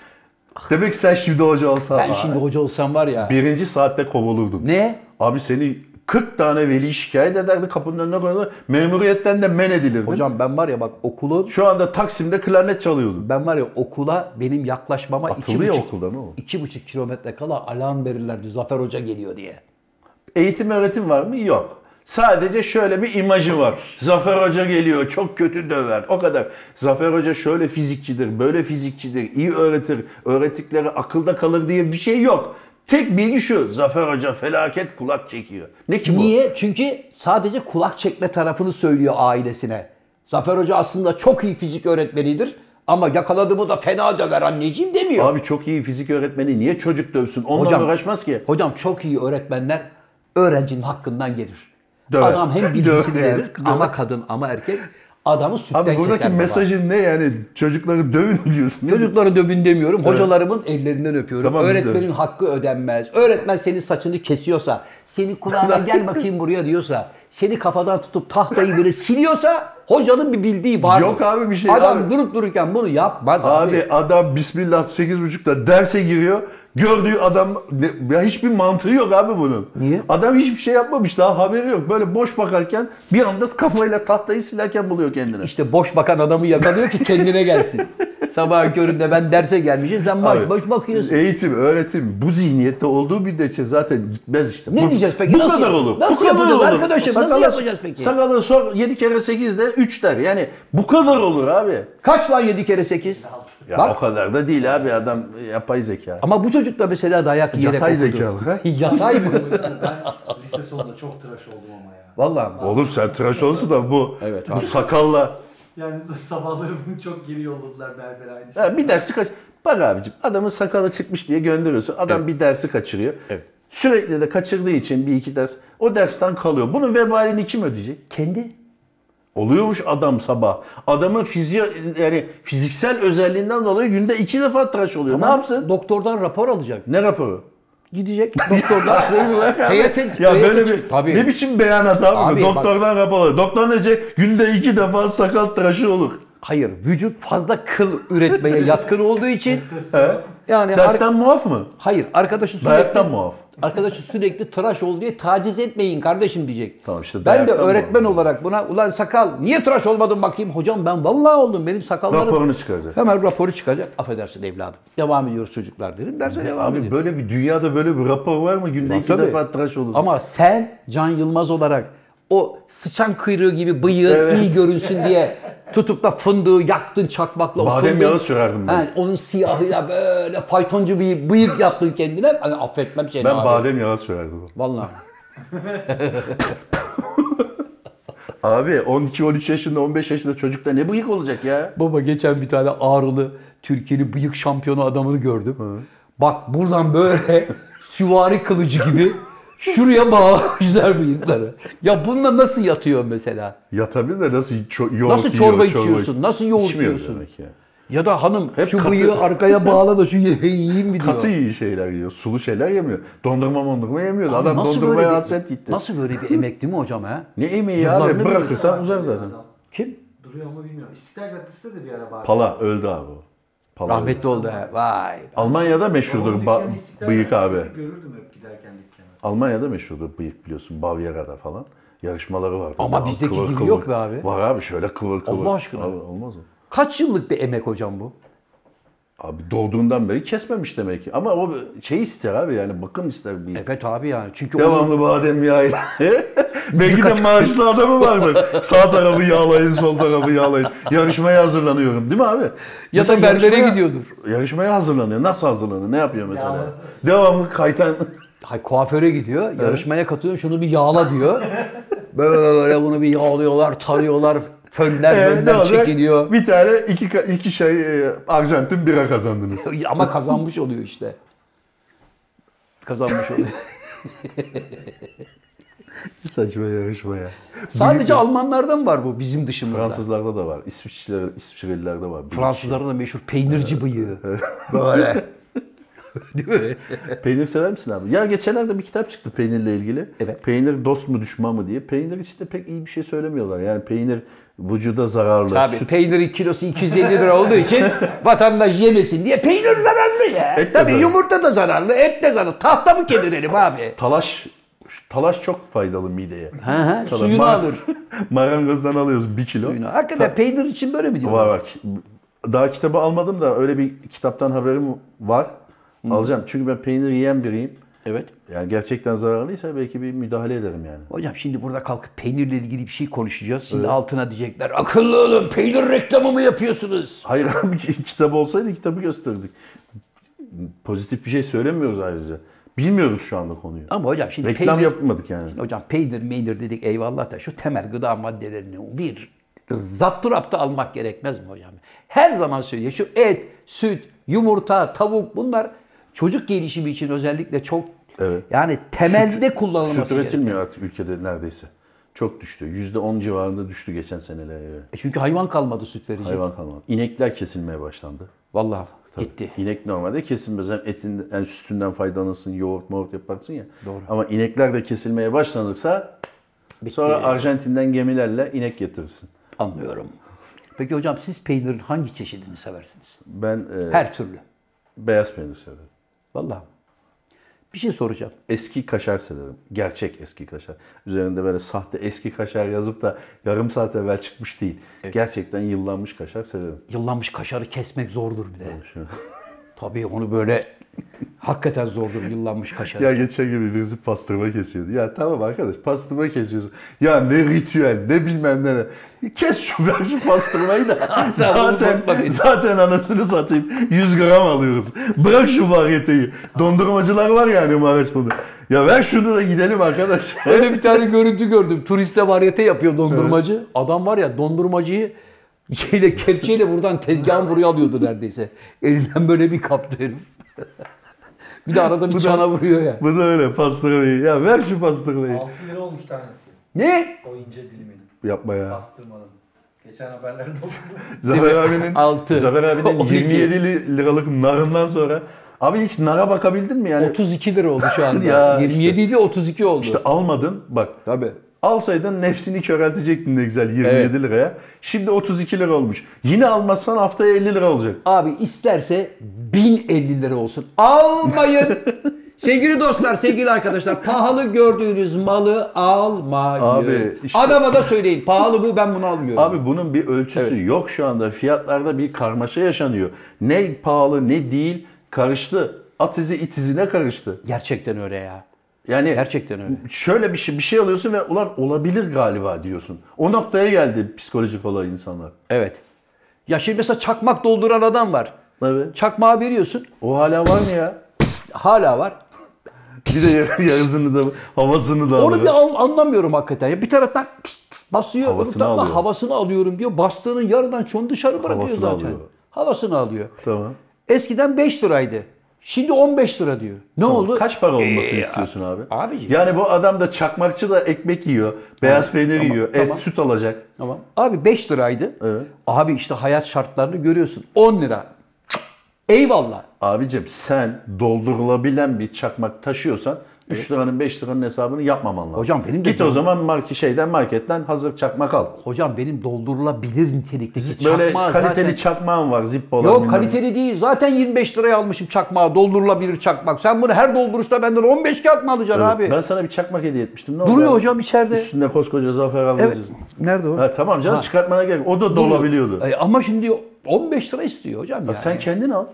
Demek ki sen şimdi hoca olsan. Ben şimdi hoca olsam var ya. Birinci saatte kovulurdun. Ne? Abi seni kırk tane veli şikayet ederdi, kapının önüne koyardı. Memuriyetten de men edilirdin. Hocam ben var ya bak okulun Şu anda Taksim'de klarnet çalıyordun. ben var ya okula benim yaklaşmama iki Atıldı ya buçuk, okuldan o. iki buçuk kilometre kala alarm verirlerdi. Zafer Hoca geliyor diye. Eğitim öğretim var mı? Yok. Sadece şöyle bir imajı var. Zafer Hoca geliyor, çok kötü döver. O kadar. Zafer Hoca şöyle fizikçidir, böyle fizikçidir, iyi öğretir, öğrettikleri akılda kalır diye bir şey yok. Tek bilgi şu, Zafer Hoca felaket kulak çekiyor. Ne ki bu? Niye? Çünkü sadece kulak çekme tarafını söylüyor ailesine. Zafer Hoca aslında çok iyi fizik öğretmenidir ama yakaladığımı da fena döver anneciğim demiyor. Abi çok iyi fizik öğretmeni niye çocuk dövsün? Onunla Hocam- uğraşmaz ki. Hocam çok iyi öğretmenler öğrencinin hakkından gelir. Döver. Adam hem bilgisini Döver. verir ama kadın ama erkek adamı sütten Abi buradaki keser baba. mesajın ne yani? Çocukları dövün diyorsun. Çocukları dövün demiyorum. Hocalarımın ellerinden öpüyorum. Tamam, biz de Öğretmenin öyle. hakkı ödenmez. Öğretmen senin saçını kesiyorsa, seni kulağına gel bakayım buraya diyorsa, seni kafadan tutup tahtayı böyle siliyorsa hocanın bir bildiği var. Yok abi bir şey Adam abi. durup dururken bunu yapmaz abi. Abi adam bismillah sekiz buçukta derse giriyor. Gördüğü adam ne- ya hiçbir mantığı yok abi bunun. Niye? Adam hiçbir şey yapmamış, daha haberi yok. Böyle boş bakarken bir anda kafayla tahtayı silerken buluyor kendini. İşte boş bakan adamı yakalıyor ki kendine gelsin. Sabahın köründe ben derse gelmişim, sen boş Abi, boş bakıyorsun. Eğitim, öğretim bu zihniyette olduğu müddetçe zaten gitmez işte. Ne bu, diyeceğiz peki? Bu Nasıl kadar yap- olur. nasıl bu kadar yapacağız olur. arkadaşım? Nasıl Sakala- yapacağız peki? Sakalı sor yedi kere sekizde üç der. Yani bu kadar olur abi. Kaç lan yedi kere sekiz? Ya Bak. o kadar da değil abi, adam yapay zeka. Ama bu çocuk da mesela dayak yiyerek Yatay okudu. zekalı, ha? Yatay mı? Ben lise sonunda çok tıraş oldum ama ya. Vallahi mi? Oğlum sen tıraş olsun da bu Evet bu abi. sakalla. Yani sabahları bunu çok geri yolladılar berber aynı şey. Ha, bir dersi kaç. Bak abicim adamın sakalı çıkmış diye gönderiyorsun. Adam bir dersi kaçırıyor. Evet. Sürekli de kaçırdığı için bir iki ders o dersten kalıyor. Bunun vebalini kim ödeyecek? Kendi. Oluyormuş adam sabah. Adamın fiziği yani fiziksel özelliğinden dolayı günde iki defa tıraş oluyor. Ne yapsın? Doktordan rapor alacak. Ne raporu? Gidecek doktordan. heyete, Ya heyete böyle bir çık- Tabii. ne biçim beyanat abi, Abi bu? bak- Doktordan rapor alıyor. Doktor ne diyecek? Günde iki defa sakal tıraşı olur. Hayır, vücut fazla kıl üretmeye yatkın olduğu için He? yani ar- Dersten muaf mı? hayır, arkadaşı sürekli Dayaktan muaf. arkadaşı sürekli tıraş ol diye taciz etmeyin kardeşim diyecek. Tamam işte ben de dayaktan öğretmen muaf. olarak buna ulan sakal niye tıraş olmadın bakayım hocam ben vallahi oldum benim sakallarım. Raporunu çıkaracak. Hemen raporu çıkacak. Affedersin evladım. Devam ediyoruz çocuklar derim. Derse devam Abi ediyoruz. böyle bir dünyada böyle bir rapor var mı? Günde Var iki tabii. defa tıraş olur. Ama sen Can Yılmaz olarak o sıçan kuyruğu gibi bıyığın Evet. iyi görünsün diye tutup da fındığı yaktın çakmakla. o Badem fındığı- yağı sürerdim ben. Ha, onun siyahıyla böyle faytoncu bir bıyık yaptın kendine. Hani affetmem seni Ben abi. badem yağı sürerdim. Vallahi. Abi on iki on üç yaşında on beş yaşında çocukta ne bıyık olacak ya? Baba geçen bir tane ağrılı Türkiye'nin bıyık şampiyonu adamını gördüm. Bak buradan böyle süvari kılıcı gibi şuraya bağlamışlar bıyıkları. Ya bununla nasıl yatıyor mesela? Yatabilir de nasıl ço- yoğurt Nasıl yiyor, çorba içiyorsun? Nasıl yoğurt İçmiyor yiyorsun? demek ya. Ya da hanım Hep şu katı- bıyığı arkaya bağla da şu yemeği yiyeyim mi diyor. Katı iyi şeyler yiyor. Sulu şeyler yemiyor. Dondurma mondurma yemiyor. Abi Adam nasıl dondurmaya böyle bir- hasret gitti. Nasıl böyle bir emek değil mi hocam ha? Ne emeği Yıllarını abi? Bırakırsan uzar zaten. Adam Kim? duruyor mu bilmiyorum. İstiklal Caddesi'nde de bir ara vardı. Pala öldü abi o. Pala öldü. Rahmetli oldu ha. Vay. Almanya'da meşhurdur Babamın ba- dükkanı İstiklal bıyık abi. Caddesi'nde görürdüm hep giderken dükkana. Almanya'da meşhurdur bıyık biliyorsun. Bavyera'da falan. Yarışmaları vardı. Ama Daha bizdeki kıvır gibi kıvır. yok be abi. Var abi şöyle kıvır kıvır. Allah aşkına. Abi, olmaz mı? Kaç yıllık bir emek hocam bu? Abi doğduğundan beri kesmemiş demek ki. Ama o şey ister abi yani bakım ister bıyık. Evet abi yani. Çünkü onun, Devamlı badem yağıyla. Belki de maaşlı adamı vardır. Sağ tarafı yağlayın, sol tarafı yağlayın. Yarışmaya hazırlanıyorum değil mi abi? Ya da Mesela berbere yarışmaya- gidiyordur. Yarışmaya hazırlanıyor. Nasıl hazırlanıyor? Ne yapıyor mesela? Yağlı. Devamlı kaytan... Hay kuaföre gidiyor. Yarışmaya katılıyorum. Şunu bir yağla diyor. Böyle bunu bir yağlıyorlar, tarıyorlar. Fönler Ee, ne fönler olacak? çekiliyor. Bir tane iki, ka- iki şey e, Arjantin bira kazandınız. Ama kazanmış oluyor işte. Kazanmış oluyor. Saçma yarışma ya. Sadece Almanlardan var bu bizim dışımızda. Fransızlarda da var. İsviçreler, İsviçrelilerde var. Fransızların da meşhur peynirci bıyığı. Böyle. Değil mi? Peynir sever misin abi? Ya geçenlerde bir kitap çıktı peynirle ilgili. Evet. Peynir dost mu düşman mı diye. Peynir içinde pek iyi bir şey söylemiyorlar. Yani peynir vücuda zararlı. Tabii Süt peynirin kilosu iki yüz elli lira olduğu için vatandaş yemesin diye peynir zararlı ya. Et de Tabii zararlı. yumurta da zararlı, et de zararlı. Tahta mı kedirelim abi? Talaş talaş çok faydalı mideye. Hı hı, Talaş. suyunu Mar- alır. Marangozdan alıyoruz bir kilo. Suyunu. Hakikaten peynir için böyle mi diyorlar? Var var. Daha kitabı almadım da öyle bir kitaptan haberim var. Alacağım. Çünkü ben peynir yiyen biriyim. Evet. Yani gerçekten zararlıysa belki bir müdahale ederim yani. Hocam şimdi burada kalkıp peynirle ilgili bir şey konuşacağız. Şimdi altına diyecekler akıllı olun peynir reklamı mı yapıyorsunuz? Hayır abi kitap olsaydı kitabı gösterdik. Pozitif bir şey söylemiyoruz ayrıca. Bilmiyoruz şu anda konuyu. Ama hocam şimdi Reklam peynir, yapmadık yani. hocam peynir meynir dedik eyvallah da şu temel gıda maddelerini bir zapturapta almak gerekmez mi hocam? Her zaman söylüyor şu et, süt, yumurta, tavuk bunlar çocuk gelişimi için özellikle çok Evet. yani temelde kullanılması Süt gerekiyor. üretilmiyor artık ülkede neredeyse. Çok düştü. yüzde on civarında düştü geçen senelere göre. E çünkü hayvan kalmadı süt verecek. Hayvan kalmadı. İnekler kesilmeye başlandı. Vallahi gitti. İnek normalde kesilmez. Hem etin, yani sütünden faydalanırsın, yoğurt, moğurt yaparsın ya. Doğru. Ama inekler de kesilmeye başlanırsa Bitti. sonra Arjantin'den gemilerle inek getirirsin. Anlıyorum. Peki hocam siz peynirin hangi çeşidini seversiniz? Ben e, Her türlü. beyaz peynir severim. Vallahi. Bir şey soracağım. Eski kaşar severim. Gerçek eski kaşar. Üzerinde böyle sahte eski kaşar yazıp da yarım saat evvel çıkmış değil. Gerçekten yıllanmış kaşar severim. Yıllanmış kaşarı kesmek zordur bir de. Tabii onu böyle hakikaten zordur yıllanmış kaşarı. Ya geçen gün birisi pastırma kesiyordu. Ya tamam arkadaş pastırma kesiyorsun. Ya ne ritüel ne bilmem ne. Kes şu ver şu pastırmayı da. zaten zaten anasını satayım. yüz gram alıyoruz. Bırak şu varyeteyi. Dondurmacılar var yani Maraş'ta da. Ya ver şunu da gidelim arkadaş. Öyle bir tane görüntü gördüm. Turiste varyete yapıyor dondurmacı. Adam var ya dondurmacıyı şeyle kepçeyle buradan tezgahın buraya alıyordu neredeyse. Elinden böyle bir kaptı herif. Bir de arada bir Bu da- çana vuruyor ya. Bu da öyle pastırmayı. Ya ver şu pastırmayı. altı lira olmuş tanesi. Ne? O ince dilimin. Yapma ya. Pastırmanın. Geçen haberlerde okudum. Zafer abinin Altı. Zafer abinin on iki. yirmi yedi liralık narından sonra abi hiç nara bakabildin mi yani? otuz iki lira oldu şu anda. Ya yirmi yedi idi otuz iki oldu. İşte almadın bak. Tabii. Alsaydın nefsini köreltecektin ne güzel yirmi yedi Evet. liraya. Şimdi otuz iki lira olmuş. Yine almazsan haftaya elli lira olacak. Abi isterse bin elli lira olsun. Almayın. Sevgili dostlar, sevgili arkadaşlar, pahalı gördüğünüz malı almayın. Abi işte- Adama da söyleyin, pahalı bu, ben bunu almıyorum. Abi bunun bir ölçüsü yok şu anda. Fiyatlarda bir karmaşa yaşanıyor. Ne pahalı ne değil karıştı. At izi it izine karıştı. Gerçekten öyle ya. Yani Gerçekten öyle. şöyle bir şey bir şey alıyorsun ve ulan olabilir galiba diyorsun. O noktaya geldi psikolojik olay insanlar. Evet. Ya şimdi mesela çakmak dolduran adam var. Evet. Çakmağı veriyorsun, O hala var mı ya? hala var. Bir de yarısını da havasını da Onu alıyor. bir an- anlamıyorum hakikaten. Ya bir taraftan pst, pst basıyor, öbür Havasını taraftan alıyor. havasını alıyorum diyor. Bastığının yarıdan çoğunu dışarı bırakıyor Havasını zaten. alıyor. Havasını alıyor. Tamam. Eskiden beş liraydı. Şimdi on beş lira diyor. Ne oldu? Kaç para olmasını Ee, istiyorsun abi? abiciğim. Yani bu adam da çakmakçı da ekmek yiyor. Beyaz peynir tamam, yiyor. tamam. Et süt alacak. Tamam. Abi beş liraydı. Evet. Abi işte hayat şartlarını görüyorsun. on lira. Eyvallah. Abicim sen doldurulabilen bir çakmak taşıyorsan üç liranın beş liranın hesabını yapmaman lazım. Hocam benim de Git o canım- zaman market şeyden marketten hazır çakmak al. Hocam benim doldurulabilir nitelikteki Böyle çakmağı kaliteli zaten... çakmağın var Zippo'lar. Yok bilmem kaliteli değil. Zaten yirmi beş liraya almışım çakmağı. Doldurulabilir çakmak. Sen bunu her dolduruşta benden on beş kağıt mı alacaksın ne. abi? Evet, ben sana bir çakmak hediye etmiştim. Ne oldu Duruyor abi? hocam içeride. Üstünde koskoca Zafer Algöz Evet. yazıyor. Nerede o? Ha, tamam canım Ha. çıkartmana gerek. O da Duruyor. dolabiliyordu. E, ama şimdi on beş lira istiyor hocam yani. Sen kendin al.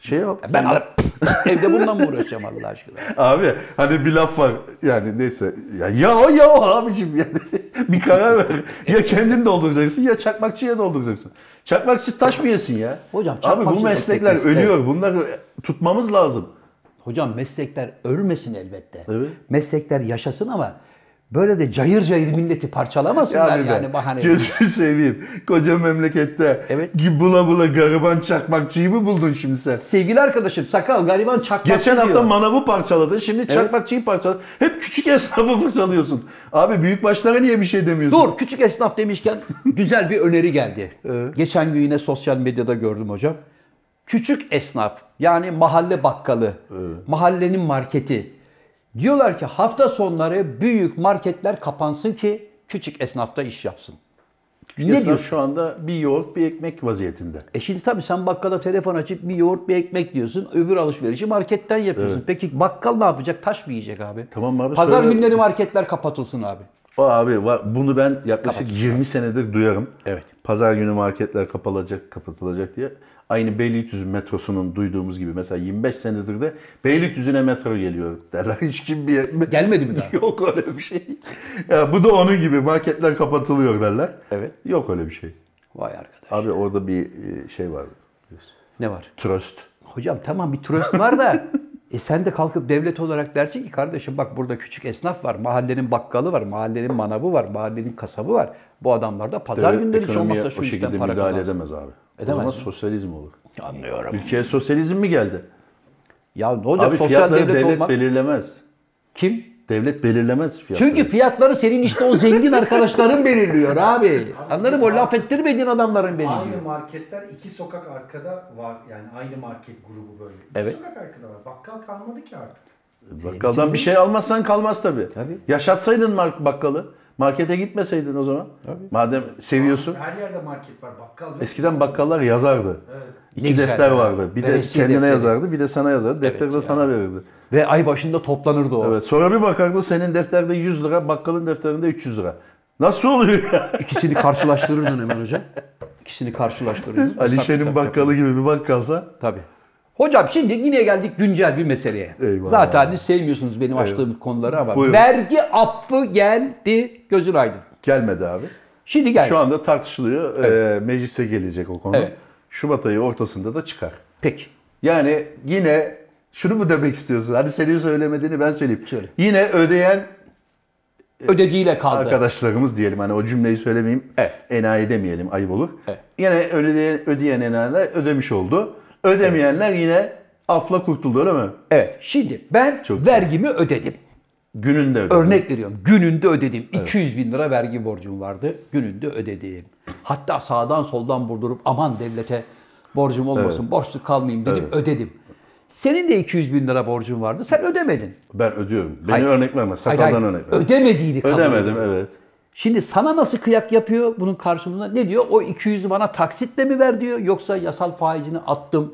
Şey al. Ben alıp pıs pıs evde bundan mı uğraşacağım Allah aşkına? Abi hani bir laf var yani neyse ya ya o ya o abiciğim yani bir karar ver. Ya kendin dolduracaksın ya çakmakçıya dolduracaksın. Çakmakçı taş mı yesin ya? Hocam, Abi çakmakçı bu meslekler meslek- ölüyor. Bunları tutmamız lazım. Hocam meslekler ölmesin elbette. Evet. Meslekler yaşasın ama böyle de cayır cayır milleti parçalamasınlar Ya bir de, yani bahane. Gözünü seveyim. Koca memlekette Evet. bula bula gariban çakmakçıyı mı buldun şimdi sen? Sevgili arkadaşım sakal gariban çakmakçı Geçen hafta diyor. manavı parçaladın, şimdi çakmakçıyı parçaladın. Hep küçük esnafı fırçalıyorsun. Abi büyük başlara niye bir şey demiyorsun? Dur, küçük esnaf demişken güzel bir öneri geldi. Evet. Geçen gün yine sosyal medyada gördüm hocam. Küçük esnaf yani mahalle bakkalı, mahallenin marketi. Diyorlar ki hafta sonları büyük marketler kapansın ki küçük esnafta iş yapsın. Küçük Ne esnaf diyorsun? şu anda bir yoğurt bir ekmek vaziyetinde. E şimdi tabii sen bakkala telefon açıp bir yoğurt bir ekmek diyorsun. Öbür alışverişi marketten yapıyorsun. Peki bakkal ne yapacak? Taş mı yiyecek abi? Tamam abi, Pazar söyle. günleri marketler kapatılsın abi. O abi var, bunu ben yaklaşık yirmi senedir duyarım. Evet. Pazar günü marketler kapatılacak, kapatılacak diye. Aynı Beylikdüzü metrosunun duyduğumuz gibi mesela yirmi beş senedir de Beylikdüzü'ne metro geliyor derler. Hiç kim bir Gelmedi mi daha? Yok öyle bir şey. Ya bu da onun gibi marketler kapatılıyor derler. Evet. Yok öyle bir şey. Vay arkadaş. Abi orada bir e, şey var. Ne var? Tröst. Hocam tamam bir tröst var da e sen de kalkıp devlet olarak dersin ki kardeşim bak burada küçük esnaf var, mahallenin bakkalı var, mahallenin manavı var, mahallenin kasabı var. Bu adamlar da pazar Devlet günleri hiç ekonomiye olmazsa şu o işten şekilde para müdahale kazansın. edemez abi. Edemez o zaman mi? sosyalizm olur. Anlıyorum. Ülkeye sosyalizm mi geldi? Ya ne olacak Abi sosyal fiyatları devlet, devlet olmak? belirlemez. Kim? Devlet belirlemez fiyatları. Çünkü fiyatları senin işte o zengin arkadaşların belirliyor abi. Anladın mı? O laf ettirmediğin adamların belirliyor. Aynı marketler iki sokak arkada var. Yani aynı market grubu böyle. İki Evet. sokak arkada var. Bakkal kalmadı ki artık. Bakkaldan bir şey almazsan kalmaz tabii. Tabii. Yaşatsaydın mar- bakkalı. Markete gitmeseydin o zaman. Tabii. Madem seviyorsun. Her yerde market var. Bakkal yok. Eskiden bakkallar yazardı. Evet. İki Ne güzel defter ya. vardı. Bir de Veresiye kendine defteri. yazardı, bir de sana yazardı. Defteri de ya. sana verirdi. Ve ay başında toplanırdı o. Evet. Sonra bir bakardı senin defterde yüz lira, bakkalın defterinde üç yüz lira. Nasıl oluyor ya? İkisini karşılaştırırdın hemen hocam. İkisini karşılaştırırdın. Alişe'nin bakkalı gibi bir bakkalsa. Tabii. Hocam şimdi yine geldik güncel bir meseleye. Eyvallah. Zaten siz sevmiyorsunuz benim açtığım konuları ama Buyurun. vergi affı geldi, gözün aydın. Gelmedi abi. Şimdi geldi. Şu anda tartışılıyor. Ee, meclise gelecek o konu. Evet. Şubat ayı ortasında da çıkar. Peki. Yani yine şunu mu demek istiyorsun? Hadi senin söylemediğini ben söyleyeyim. Söyle. Yine ödeyen Ödediğiyle kaldı. arkadaşlarımız diyelim. Hani o cümleyi söylemeyeyim. Evet. Enayi demeyelim. Ayıp olur. Evet. Yine ödeyen, ödeyen enayiler ödemiş oldu. Ödemeyenler yine afla kurtuldu öyle mi? Evet. Şimdi ben Çok vergimi ödedim. Gününde ödedi. Örnek veriyorum. Gününde ödedim. iki yüz bin lira vergi borcum vardı. Gününde ödedim. Hatta sağdan soldan vurdurup aman devlete borcum olmasın, borçlu kalmayayım dedim, ödedim. Senin de iki yüz bin lira borcun vardı. Sen ödemedin. Ben ödüyorum. Beni Hayır. örnek verme. Hayır, Sakaldan hayır. örnek verme. Ödemediğini kabul Ödemedim ediyor. evet. Şimdi sana nasıl kıyak yapıyor bunun karşılığında? Ne diyor? O iki yüzü bana taksitle mi ver diyor yoksa yasal faizini attım.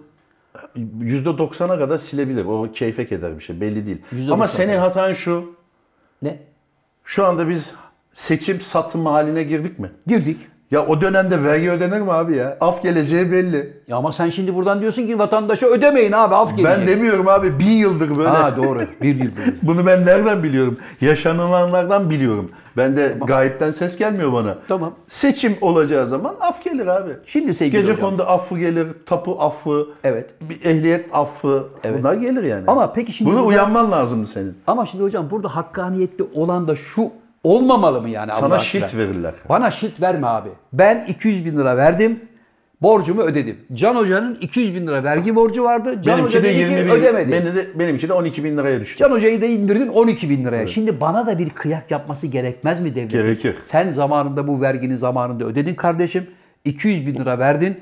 yüzde doksana kadar silebilir. O keyfek eder bir şey. Belli değil. yüzde Ama doksan senin kadar. hatan şu. Ne? Şu anda biz seçim satım haline girdik mi? Girdik. Ya o dönemde vergi ödenir mi abi ya? Af geleceği belli. Ya ama sen şimdi buradan diyorsun ki vatandaşa ödemeyin abi af gelecek. Ben demiyorum abi bin yıldır böyle. Ha doğru. Bir yıl bir yıl. Bunu ben nereden biliyorum? Yaşanılanlardan biliyorum. Ben de gayipten ses gelmiyor bana. Tamam. Seçim olacağı zaman af gelir abi. Şimdi sevgili Gece hocam. konuda affı gelir, tapu affı, Evet. bir ehliyet affı. Evet. Bunlar gelir yani. Ama peki şimdi Buna burada- uyanman lazımdı senin. Ama şimdi hocam burada hakkaniyetli olan da şu olmamalı mı yani? Sana Allah şilt aşkına? verirler. Bana şilt verme abi. Ben iki yüz bin lira verdim. Borcumu ödedim. Can Hoca'nın iki yüz bin lira vergi borcu vardı. Can Benimki Hoca de dedi ki yirmi bin, ödemedi. beni de, benimki de on iki bin liraya düştü. Can Hoca'yı da indirdin on iki bin liraya. Şimdi bana da bir kıyak yapması gerekmez mi devletin? Gerekir. Sen zamanında bu vergini zamanında ödedin kardeşim. iki yüz bin lira verdin.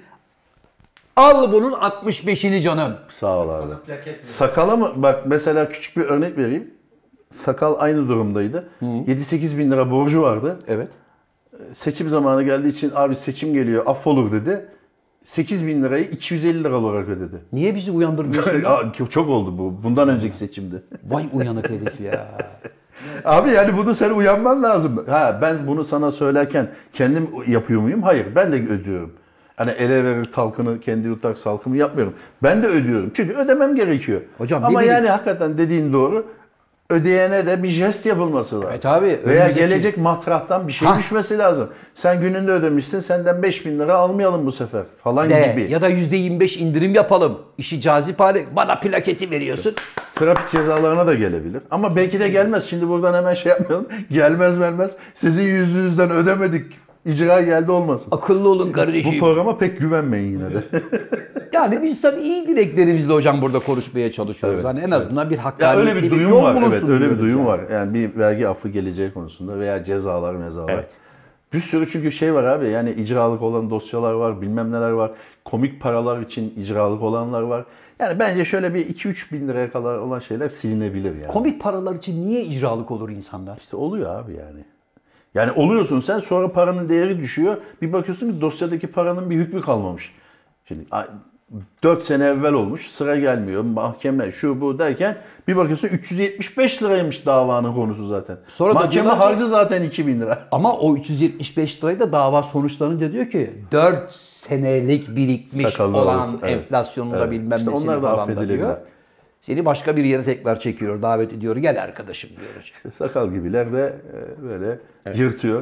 Al bunun altmış beşini canım. Sağ ol abi. Sana plaket veriyor. Sakala mı? Bak mesela küçük bir örnek vereyim. Sakal aynı durumdaydı. yedi sekiz bin lira borcu vardı. Evet. Seçim zamanı geldiği için abi seçim geliyor affolur dedi. sekiz bin lirayı iki yüz elli lira olarak ödedi. Niye bizi uyandırmıyorsun ya? Ya, Çok oldu bu. Bundan önceki seçimde. Vay uyanık herif ya. Abi yani bunu sen uyanman lazım. Ha ben bunu sana söylerken kendim yapıyor muyum? Hayır ben de ödüyorum. Hani ele verir talkını kendi yutar salkımı yapmıyorum. Ben de ödüyorum. Çünkü ödemem gerekiyor. Hocam, Ama bir- yani hakikaten dediğin doğru. Ödeyene de bir jest yapılması lazım. Evet abi, Veya önümüzdeki- gelecek matrahtan bir şey Hah. düşmesi lazım. Sen gününde ödemişsin, senden beş bin lira almayalım bu sefer falan De, gibi. ya da yüzde yirmi beş indirim yapalım. İşi cazip hale. Bana plaketi veriyorsun. Trafik cezalarına da gelebilir. Ama belki de gelmez. Şimdi buradan hemen şey yapmayalım. Gelmez gelmez. Sizin yüzünüzden ödemedik. İcra geldi olmasın. Akıllı olun kardeşim. Bu programa pek güvenmeyin yine de. Yani biz tabii iyi dileklerimizle hocam burada konuşmaya çalışıyoruz. Evet, Hani en azından bir Ya hakkaniyetli öyle bir bir duyum yol var. Evet, bulunsun öyle bir diyoruz duyum yani. var. Yani bir vergi affı geleceği konusunda veya cezalar, mezalar. Evet. Bir sürü çünkü şey var abi. Yani icralık olan dosyalar var, bilmem neler var. Komik paralar için icralık olanlar var. Yani bence şöyle bir iki üç bin liraya kadar olan şeyler silinebilir yani. Komik paralar için niye icralık olur insanlar? İşte oluyor abi yani. Yani oluyorsun sen, sonra paranın değeri düşüyor. Bir bakıyorsun ki dosyadaki paranın bir hükmü kalmamış. Şimdi dört sene evvel olmuş, sıra gelmiyor, mahkeme şu bu derken bir bakıyorsun üç yüz yetmiş beş liraymış davanın konusu zaten. Sonra da mahkeme diyorlar ki- harcı zaten iki bin lira. Ama o üç yüz yetmiş beş lirayı da dava sonuçlanınca diyor ki dört senelik birikmiş Sakallı olan arası, evet. enflasyonunda Evet. bilmem İşte nesini onlar da falan da affedilebilir. diyor. Seni başka bir yere tekrar çekiyor, davet ediyor. Gel arkadaşım diyor hocam. İşte sakal gibiler de e, böyle yırtıyor.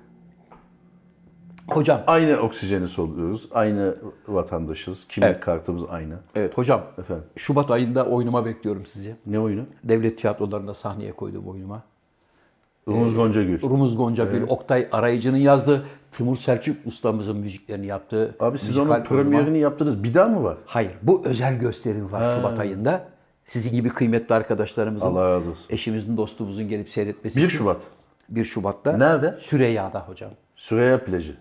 Hocam, Aynı oksijeni soluyoruz, aynı vatandaşız, kimlik Evet. kartımız aynı. evet hocam. Efendim, Şubat ayında oyunuma bekliyorum sizi. ne oyunu? Devlet tiyatrolarında sahneye koyduğum oyunuma. Rumuz Goncagül. Rumuz Goncagül, Oktay Arayıcı'nın yazdığı, Timur Selçuk ustamızın müziklerini yaptığı Abi siz müzikal onun premierini oyunuma- yaptınız, bir daha mı var? Hayır, bu özel gösterim var Şubat ayında. Sizin gibi kıymetli arkadaşlarımızın, Allah razı olsun. eşimizin, dostumuzun gelip seyretmesi bir için. Şubat. bir Şubat'ta. Nerede? Süreyya'da hocam. Süreyya plajı.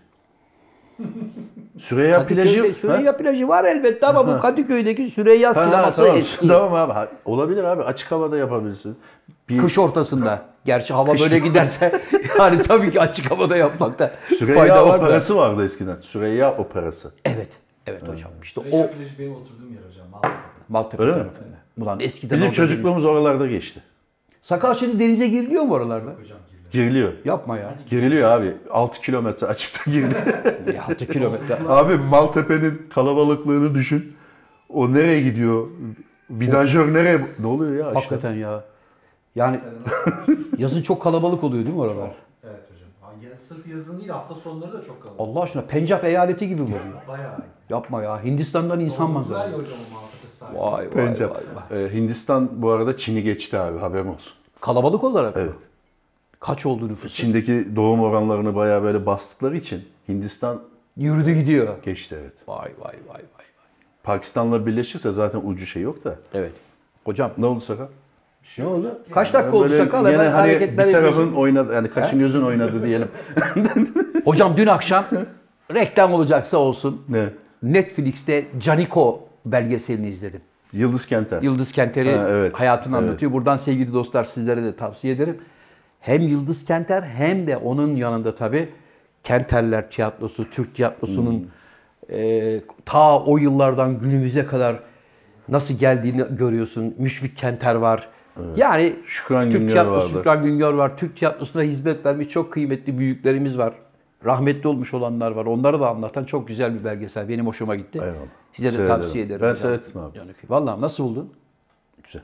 Süreyya plajı. Kadıköy'de Süreyya plajı var elbette ama bu Kadıköy'deki Süreyya Ha, sineması tamam, eski. tamam abi. Ha, olabilir abi. Açık havada yapabilirsin. Bir Kış ortasında. Gerçi hava böyle giderse yani tabii ki açık havada yapmakta Süreyya fayda var da. operası vardı eskiden. Süreyya operası. Evet. Evet hocam. İşte o Süreyya Plajı benim oturduğum yer hocam. Maltepe'de. Maltepe Öyle mi? tarafında. Ulan eskiden Bizim orada çocukluğumuz oralarda geçti. deniz- Sakal şimdi denize giriliyor mu oralarda? Hocam giriyor. Giriliyor. Yapma ya. Giriliyor abi. altı kilometre açıkta giriliyor. Ya altı kilometre. Abi Maltepe'nin kalabalıklığını düşün. O nereye gidiyor? Vidajör nereye? Ne oluyor ya aşağı? Hakikaten ya. Yani Seneler- yazın çok kalabalık oluyor değil mi oralar? Evet hocam. Ha, ya sırf yazın değil, hafta sonları da çok kalabalık. Allah aşkına Pencap eyaleti gibi mi oluyor? Bayağı iyi. Yapma ya. Hindistan'dan insan Doldurdular manzarası. ya hocam o Maltepe sahili. Vay vay Pencap. vay vay. Ee, Hindistan bu arada Çin'i geçti abi, haberin olsun. Kalabalık olarak mı? Evet. Kaç oldu nüfusu? Çin'deki doğum oranlarını bayağı böyle bastıkları için Hindistan Yürüdü gidiyor. geçti, evet. Vay vay vay vay. vay. Pakistan'la birleşirse zaten ucu şey yok da. Evet. Hocam Ne oldu sakal? ne oldu? Kaç dakika oldu Böyle sakal? yine Hemen hani bir hareketler tarafın yapıyorsun. oynadı, yani kaçın gözün oynadı diyelim. Hocam dün akşam reklam olacaksa olsun. Ne? Netflix'te Caniko belgeselini izledim. Yıldız Kenter. Yıldız Kenter'i Ha, evet. hayatını Evet. anlatıyor. Buradan sevgili dostlar sizlere de tavsiye ederim. Hem Yıldız Kenter hem de onun yanında tabii Kenterler Tiyatrosu, Türk Tiyatrosu'nun Hmm. e, ta o yıllardan günümüze kadar nasıl geldiğini görüyorsun. Müşfik Kenter var. Yani Şükran Türk Güngör Tiyatrosu, vardı. Şükran Güngör var. Türk Tiyatrosu'na hizmet vermiş çok kıymetli büyüklerimiz var. Rahmetli olmuş olanlar var. Onları da anlatan çok güzel bir belgesel. Benim hoşuma gitti. Eyvallah. Size de Seyrederim. tavsiye ederim. Ben hocam. seyrettim abi. Yani, vallahi nasıl buldun? Güzel.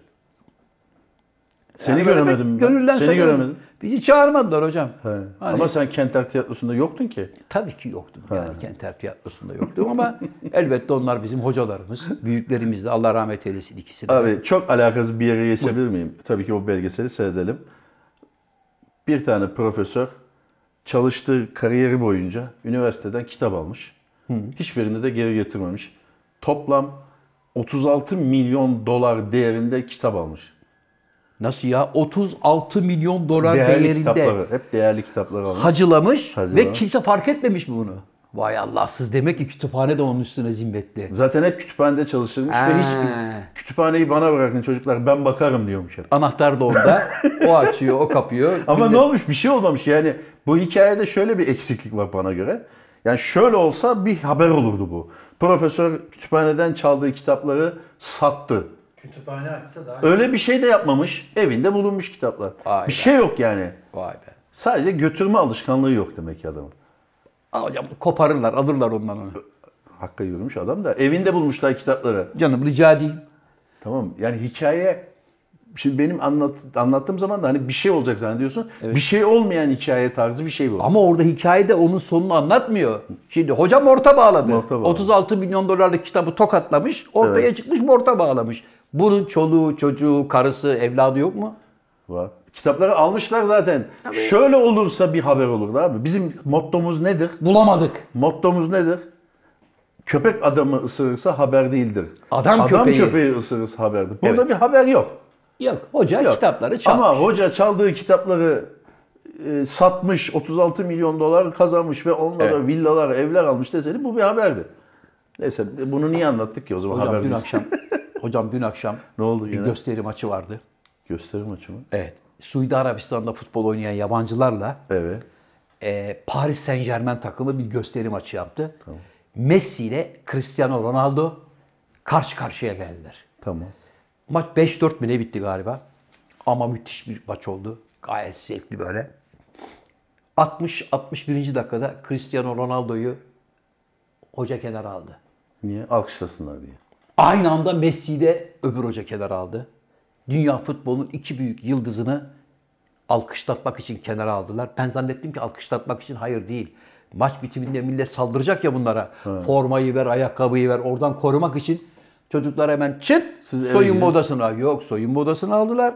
Seni Yani böyle göremedim ben. gönülden Seni söylüyorum. göremedim. Bizi çağırmadılar hocam. He. Hani- Ama sen Kenter Tiyatrosu'nda yoktun ki. Tabii ki yoktum yani Kenter Tiyatrosu'nda yoktum ama elbette onlar bizim hocalarımız, büyüklerimiz de Allah rahmet eylesin ikisini. de. Abi çok alakasız bir yere geçebilir miyim? Tabii ki o belgeseli seyredelim. Bir tane profesör çalıştığı kariyeri boyunca üniversiteden kitap almış. Hiçbirini de geri getirmemiş. Toplam otuz altı milyon dolar değerinde kitap almış. Nasıl ya? otuz altı milyon dolar Değerli değerinde kitapları, hep değerli kitapları almış. hacılamış ve Hacılamış. kimse fark etmemiş mi bunu? Vay Allahsız, demek ki kütüphane de onun üstüne zimmetli. Zaten hep kütüphanede çalıştırmış ve hiç Ha. kütüphaneyi bana bırakın çocuklar, ben bakarım diyormuş hep. Anahtar da onda. O açıyor, o kapıyor. Ama Millet- ne olmuş? Bir şey olmamış. Yani bu hikayede şöyle bir eksiklik var bana göre. Yani şöyle olsa bir haber olurdu bu. Profesör kütüphaneden çaldığı kitapları sattı. Kütüphane açsa daha Öyle bir şey de yapmamış. Evinde bulunmuş kitaplar. Vay bir be. şey yok yani. Vay be. Sadece götürme alışkanlığı yok demek ki adamın. Aa, hocam koparırlar, alırlar ondan onu. Hakka yürümüş adam da evinde bulmuşlar kitapları. Canım rica edeyim. Tamam yani hikaye şimdi benim anlat, anlattığım zaman da hani bir şey olacak zannediyorsun. Evet. Bir şey olmayan hikaye tarzı bir şey bu. Ama orada hikayede onun sonunu anlatmıyor. Şimdi hocam orta bağladı. Morta bağladı. otuz altı milyon dolarlık kitabı tokatlamış. Ortaya Evet. çıkmış morta bağlamış. Bunun çoluğu, çocuğu, karısı, evladı yok mu? Var. Kitapları almışlar zaten. Şöyle olursa bir haber olurdu abi. Bizim mottomuz nedir? Bulamadık. Mottomuz nedir? Köpek adamı ısırırsa haber değildir. Adam Adam köpeği. köpeği ısırırsa haberdir. Burada Evet. bir haber yok. Yok. Hoca Yok. kitapları çalmış. Ama hoca çaldığı kitapları e, satmış, otuz altı milyon dolar kazanmış ve onlara Evet. villalar, evler almış deseydi bu bir haberdi. Neyse bunu niye anlattık ki o zaman Hocam haber dün biz- akşam hocam dün akşam Ne oldu bir yine? gösteri maçı vardı. Gösteri maçı mı? Evet. Suudi Arabistan'da futbol oynayan yabancılarla Evet. e, Paris Saint-Germain takımı bir gösteri maçı yaptı. Messi ile Cristiano Ronaldo karşı karşıya geldiler. Tamam. Maç beş dört mi ne bitti galiba. Ama müthiş bir maç oldu. Gayet zevkli böyle. altmış altmış birinci dakikada Cristiano Ronaldo'yu hoca kenara aldı. Niye? Alkışlasınlar diye. Aynı anda Messi'yi de öbür hoca kenara aldı. Dünya futbolunun iki büyük yıldızını alkışlatmak için kenara aldılar. Ben zannettim ki alkışlatmak için, hayır değil. Maç bitiminde millet saldıracak ya bunlara. Formayı ver, ayakkabıyı ver. Oradan korumak için çocuklar hemen çıt Siz eve soyunma gidin. odasına. Yok, soyunma odasına aldılar.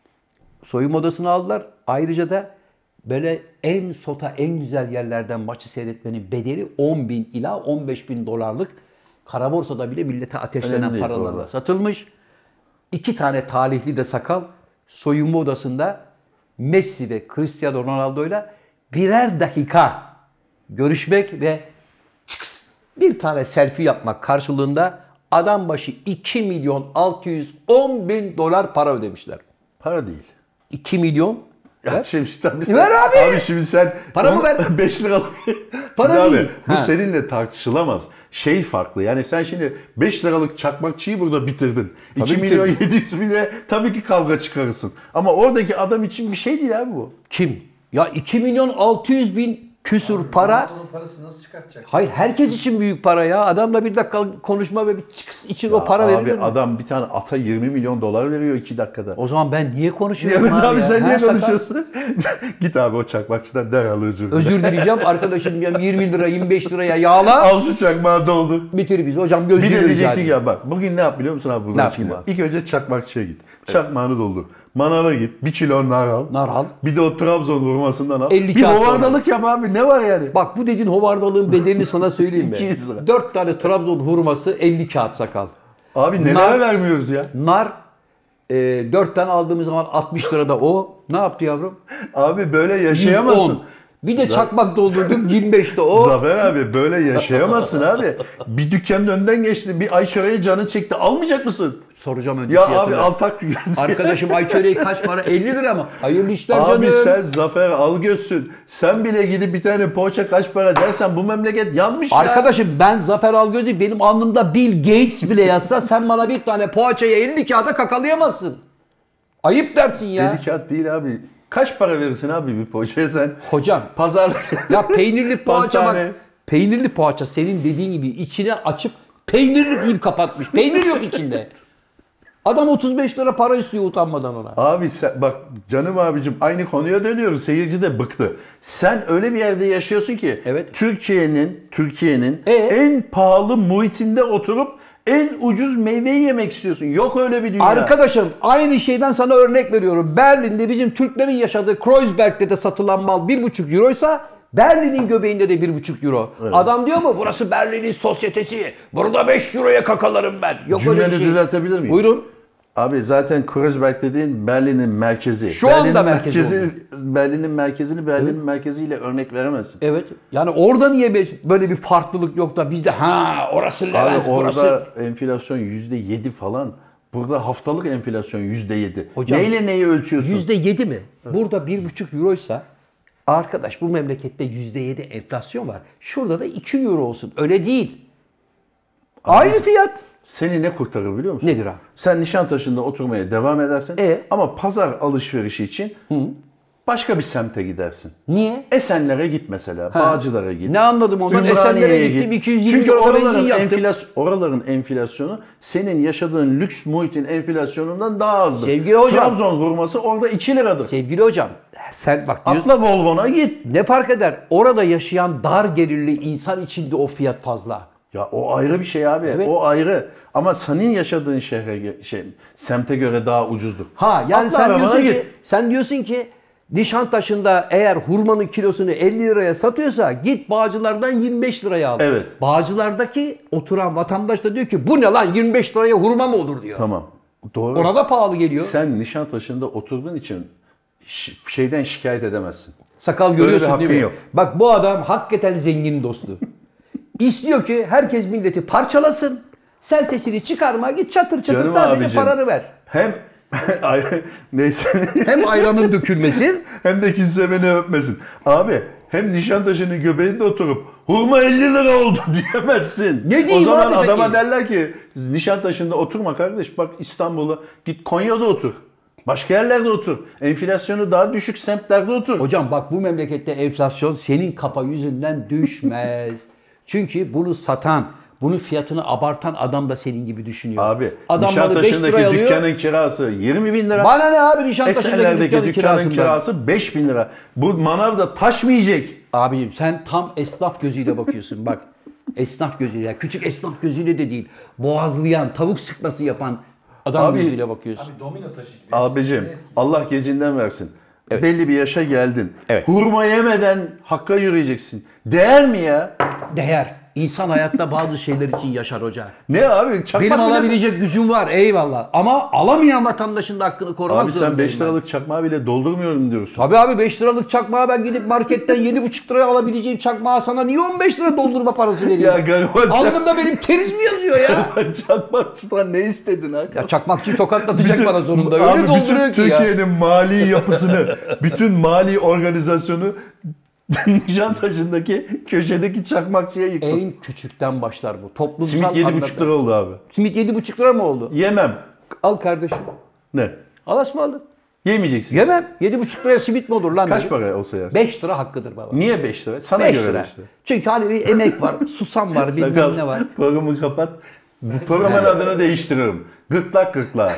Soyunma odasına aldılar. Ayrıca da böyle en sota, en güzel yerlerden maçı seyretmenin bedeli on bin ila on beş bin dolarlık. Kara borsada bile millete ateşlenen Önemli değil, paralarla doğru. satılmış. İki tane talihli de sakal soyunma odasında Messi ve Cristiano Ronaldo'yla birer dakika görüşmek ve çıks bir tane selfie yapmak karşılığında adam başı iki milyon altı yüz on bin dolar para ödemişler. Para değil. iki milyon. Ya Ver. şimdi tabii Ver abi. Abi şimdi sen Paramı ver. beş liralık. Para Şimdi değil. abi bu Ha. seninle tartışılamaz. Şey farklı. Yani sen şimdi beş liralık çakmakçıyı burada bitirdin. Tabii iki milyon bitirdim. yedi yüz bine tabii ki kavga çıkarırsın. Ama oradaki adam için bir şey değil abi bu. Kim? Ya iki milyon altı yüz bin küsur para. Ronaldo'nun parası nasıl çıkartacak? Hayır, herkes için büyük para ya. Adamla bir dakika konuşma ve bir çıks için o para Abi verilir mi? adam bir tane ata yirmi milyon dolar veriyor iki dakikada. O zaman ben niye konuşuyorum Evet abi, abi ya? sen Ha, niye sakal? konuşuyorsun? Git abi o çakmakçıdan derhal özür dile. Özür dileyeceğim. Arkadaşım ya yirmi lira yirmi beş liraya yağla. Al şu çakmağı doldur. Bitir bizi. Hocam Bir gözlüğü de rica diyeceksin edeyim. ya bak bugün ne yap biliyor musun abi buradan Ne yapayım çıkınca? abi? İlk önce çakmakçıya git. Çakmağını doldur. Manava git. Bir kilo nar al. Nar al. Bir de o Trabzon hurmasından al. elli Bir kağıt hovardalık yap abi. Ne var yani? Bak bu dediğin hovardalığın bedelini sana söyleyeyim iki yüz mi? lira. dört tane Trabzon hurması elli kağıt sakal. Abi nelere Nar- vermiyoruz ya? Nar e, dört tane aldığımız zaman altmış lirada o. Ne yaptı yavrum? Abi böyle yüz yaşayamazsın. on. Bir de çakmak doldurduk yirmi beşte o. Zafer abi böyle yaşayamazsın abi. Bir dükkanın önünden geçti. Bir ay çöreği canı çekti. Almayacak mısın? Soracağım önce Ya fiyatını. abi al tak. Arkadaşım ay çöreği kaç para? elli lira mı? Hayırlı işler canım. Abi sen Zafer al gözsün. Sen bile gidip bir tane poğaça kaç para dersen bu memleket yanmış ya. Arkadaşım ben Zafer Algöz'ü, benim alnımda Bill Gates bile yazsa sen bana bir tane poğaçaya elli kağıda kakalayamazsın. Ayıp dersin ya. elli kağıt değil abi. Kaç para verirsin abi bir poğaçaya sen? Hocam Pazar. ya peynirli poğaça bak. Pastane. Peynirli poğaça senin dediğin gibi içine açıp peynirli deyip kapatmış. Peynir yok içinde. Adam otuz beş lira para istiyor utanmadan ona. Abi sen, bak canım abicim aynı konuya dönüyoruz. Seyirci de bıktı. Sen öyle bir yerde yaşıyorsun ki Evet. Türkiye'nin Türkiye'nin Ee? en pahalı muhitinde oturup en ucuz meyveyi yemek istiyorsun. Yok öyle bir dünya. Arkadaşım aynı şeyden sana örnek veriyorum. Berlin'de bizim Türklerin yaşadığı Kreuzberg'de de satılan mal bir buçuk euroysa Berlin'in göbeğinde de bir buçuk euro. Adam diyor mu burası Berlin'in sosyetesi. Burada beş euroya kakalarım ben. Yok öyle bir Cümleni şey. düzeltebilir miyim? Buyurun. Abi zaten Kreuzberg dediğin Berlin'in merkezi. Şu anda Berlin'in merkezi merkezi Berlin'in merkezini Berlin'in merkeziyle örnek veremezsin. Evet. Yani orada niye böyle bir farklılık yok da bizde ha orası Levent Abi orada burası. enflasyon yüzde yedi falan. Burada haftalık enflasyon yüzde yedi. Hocam, Neyle neyi ölçüyorsun? Yüzde yedi mi? Burada bir buçuk euroysa arkadaş bu memlekette yüzde yedi enflasyon var. Şurada da iki euro olsun. Öyle değil. Aynı fiyat. Seni ne kurtarır biliyor musun? Nedir abi? Sen Nişantaşı'nda oturmaya devam edersin. E? Ama pazar alışverişi için Başka bir semte gidersin. Niye? Esenler'e git mesela. Ha. Bağcılar'a git. Ne anladım ondan? Ümraniye'ye Esenler'e git. gittim, iki yüz yirmi Çünkü lira benzin oraların, yaktım. enflas- oraların enflasyonu senin yaşadığın lüks muhitin enflasyonundan daha azdır. Sevgili hocam. Trabzon hurması orada iki liradır. Sevgili hocam, sen bak diyorsun, Atla Volvo'na git. ne fark eder? Orada yaşayan dar gelirli insan için de o fiyat fazla. Ya o ayrı bir şey abi. Evet. O ayrı. Ama senin yaşadığın şehre ge- şey semte göre daha ucuzdur. Ha yani Atla sen arabana diyorsun git. ki sen diyorsun ki Nişantaşı'nda eğer hurmanın kilosunu elli liraya satıyorsa git Bağcılar'dan yirmi beş liraya al. Evet. Bağcılar'daki oturan vatandaş da diyor ki bu ne lan yirmi beş liraya hurma mı olur diyor. Tamam. Doğru. Ona da pahalı geliyor. Sen Nişantaşı'nda oturduğun için şi- şeyden şikayet edemezsin. Sakal Öyle bir görüyorsun hakkın değil mi? yok. Bak bu adam hakikaten zengin dostu. İstiyor ki herkes milleti parçalasın. Sen sesini çıkarma git çatır çatır Canım sadece abicim. paranı ver. Hem Ay, neyse Hem ayranın dökülmesin. hem de kimse beni öpmesin. Abi hem Nişantaşı'nın göbeğinde oturup hurma elli lira oldu diyemezsin. Ne diyeyim O zaman abi adama peki? derler ki Nişantaşı'nda oturma kardeş. Bak İstanbul'a git Konya'da otur. Başka yerlerde otur. Enflasyonu daha düşük semtlerde otur. Hocam bak bu memlekette enflasyon senin kafa yüzünden düşmez. Çünkü bunu satan, bunun fiyatını abartan adam da senin gibi düşünüyor. Abi adam malı beş Nişantaşı'ndaki liraya alıyor. dükkanın kirası yirmi bin lira. Bana ne abi Nişantaşı'ndaki Esenler'deki dükkanın, dükkanın kirasından. kirası beş bin lira. Bu manavda taş mı yiyecek? Abicim sen tam esnaf gözüyle bakıyorsun bak. Esnaf gözüyle. Yani küçük esnaf gözüyle de değil. Boğazlayan, tavuk sıkması yapan adam Abi- gözüyle bakıyorsun. Abi domino taşı gibi. Abicim Hepsini Allah gecinden versin. Belli bir yaşa geldin. Evet. Hurma yemeden hakka yürüyeceksin. Değer mi ya? Değer. İnsan hayatta bazı şeyler için yaşar hoca. Ne abi? Çakmak Benim bile- alabilecek gücüm var eyvallah. Ama alamayan vatandaşın da hakkını korumak Abi sen zorundayım beş ben. liralık çakmağı bile doldurmuyorum diyorsun. Tabii abi beş liralık çakmağı ben gidip marketten yedi buçuk liraya alabileceğim çakmağı sana niye on beş lira doldurma parası Ya veriyorum? gariban çak- Alnımda benim keriz mi yazıyor ya? çakmakçıdan ne istedin ha? Ya çakmakçı tokatlatacak bana sonunda. Abi Öyle bütün dolduruyor ki ya. Türkiye'nin mali yapısını, bütün mali organizasyonu Nişantaşı'ndaki köşedeki çakmakçıya yıktın. En küçükten başlar bu. Toplumsal Simit yedi buçuk anlamda. lira oldu abi. Simit yedi buçuk lira mı oldu? Yemem. Al kardeşim. Ne? Al ısmarladık. Yemeyeceksin. Yemem. yedi buçuk liraya simit mi olur lan? Kaç dedim. para olsa yersin? beş lira hakkıdır baba. Niye beş lira? Sana beş göre lira. beş lira. Çünkü hani bir emek var, susam var, bilmem Sakal, ne var. programı kapat. Bu programın adını değiştiriyorum. Gırtlak gırtlağı.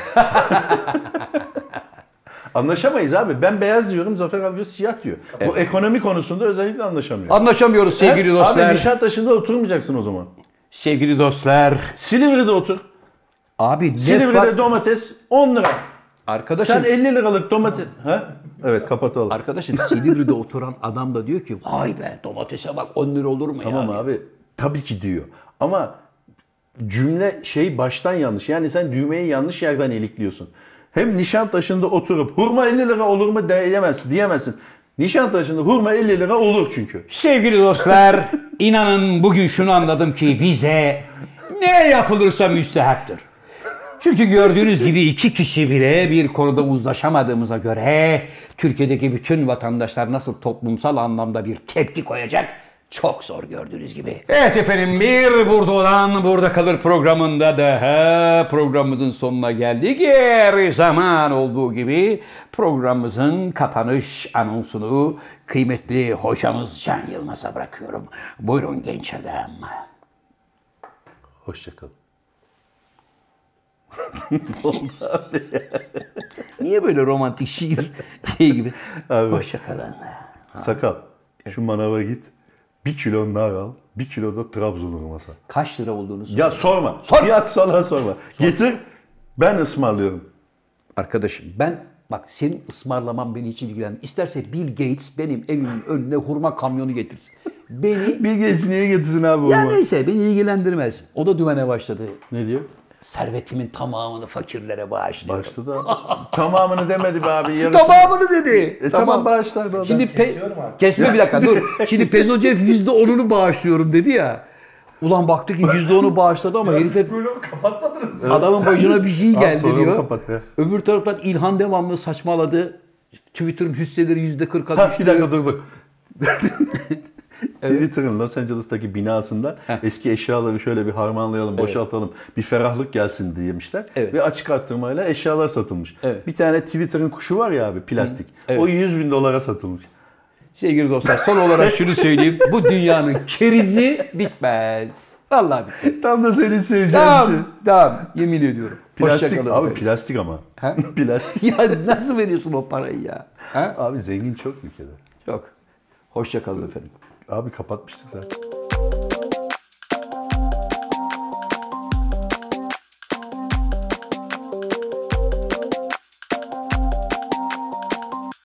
Anlaşamayız abi. Ben beyaz diyorum, Zafer Algöz siyah diyor. Bu ekonomi konusunda özellikle anlaşamıyor. Anlaşamıyoruz sevgili Hem- dostlar. Abi Nişantaşı'nda oturmayacaksın o zaman. Sevgili dostlar. Silivri'de otur. Abi ne Silivri'de fark... domates on lira. Arkadaşım, Sen elli liralık domates... Ha? Evet kapatalım. arkadaşım Silivri'de oturan adam da diyor ki vay be domatese bak on lira olur mu Tamam ya? abi. Tabii ki diyor. Ama cümle şey baştan yanlış. Yani sen düğmeyi yanlış yerden ilikliyorsun. Hem Nişantaşı'nda oturup hurma elli lira olur mu diyemezsin. diyemezsin. Nişantaşı'nda hurma elli lira olur çünkü. Sevgili dostlar, inanın bugün şunu anladım ki bize ne yapılırsa müstehaktır. Çünkü gördüğünüz gibi iki kişi bile bir konuda uzlaşamadığımıza göre Türkiye'deki bütün vatandaşlar nasıl toplumsal anlamda bir tepki koyacak çok zor gördüğünüz gibi. Evet efendim bir burada olan burada kalır programında daha programımızın sonuna geldik. Her zaman olduğu gibi programımızın kapanış anonsunu kıymetli hocamız Can Yılmaz'a bırakıyorum. Buyurun genç adam. Hoşçakalın. Niye böyle romantik şiir şey gibi? Abi. Hoşçakalın. Sakal. Şu manava git. Bir kilo nar al. Bir kilo da Trabzon hurması. Kaç lira olduğunu söyle. Ya sorma. Sor. Fiyat sana sorma. Getir. Ben ısmarlıyorum. Arkadaşım ben bak senin ısmarlaman beni hiç ilgilendirmez. İsterse Bill Gates benim evimin önüne hurma kamyonu getirsin. Beni Bir gelsin niye getirsin abi ya hurma? neyse beni ilgilendirmez. O da dümene başladı. Ne diyor? Servetimin tamamını fakirlere bağışlıyorum. Başladı abi. Tamamını demedi be abi. Yarısını. Tamamını dedi. E tamam bağışlar be adam. Şimdi pe- Kesiyorum artık. kesme bir dakika dur. Şimdi Pezocev yüzde onunu bağışlıyorum dedi ya. Ulan baktı ki yüzde onu bağışladı ama herif hep Programı kapatmadınız mı? adamın başına bir şey geldi programı diyor. kapat ya. Öbür taraftan İlhan devamlı saçmaladı. Twitter'ın hüsseleri yüzde kırka Ha, düştü. bir dakika dur dur. Evet. Twitter'ın Los Angeles'taki binasından eski eşyaları şöyle bir harmanlayalım, boşaltalım, bir ferahlık gelsin diyemişler. Evet. Ve açık arttırmayla eşyalar satılmış. Evet. Bir tane Twitter'ın kuşu var ya abi, plastik. Evet. O yüz bin dolara satılmış. Sevgili dostlar, son olarak şunu söyleyeyim. Bu dünyanın kerizi bitmez. Vallahi bitmez. Tam da senin seveceğin şey. Tamam, tamam. Yemin ediyorum. Plastik Hoşça kalın abi, efendim. plastik ama. Ha? Plastik. Ya nasıl veriyorsun o parayı ya? Ha? Abi zengin çok ülkede. Yok. Hoşça kalın efendim. Abi kapatmıştık zaten.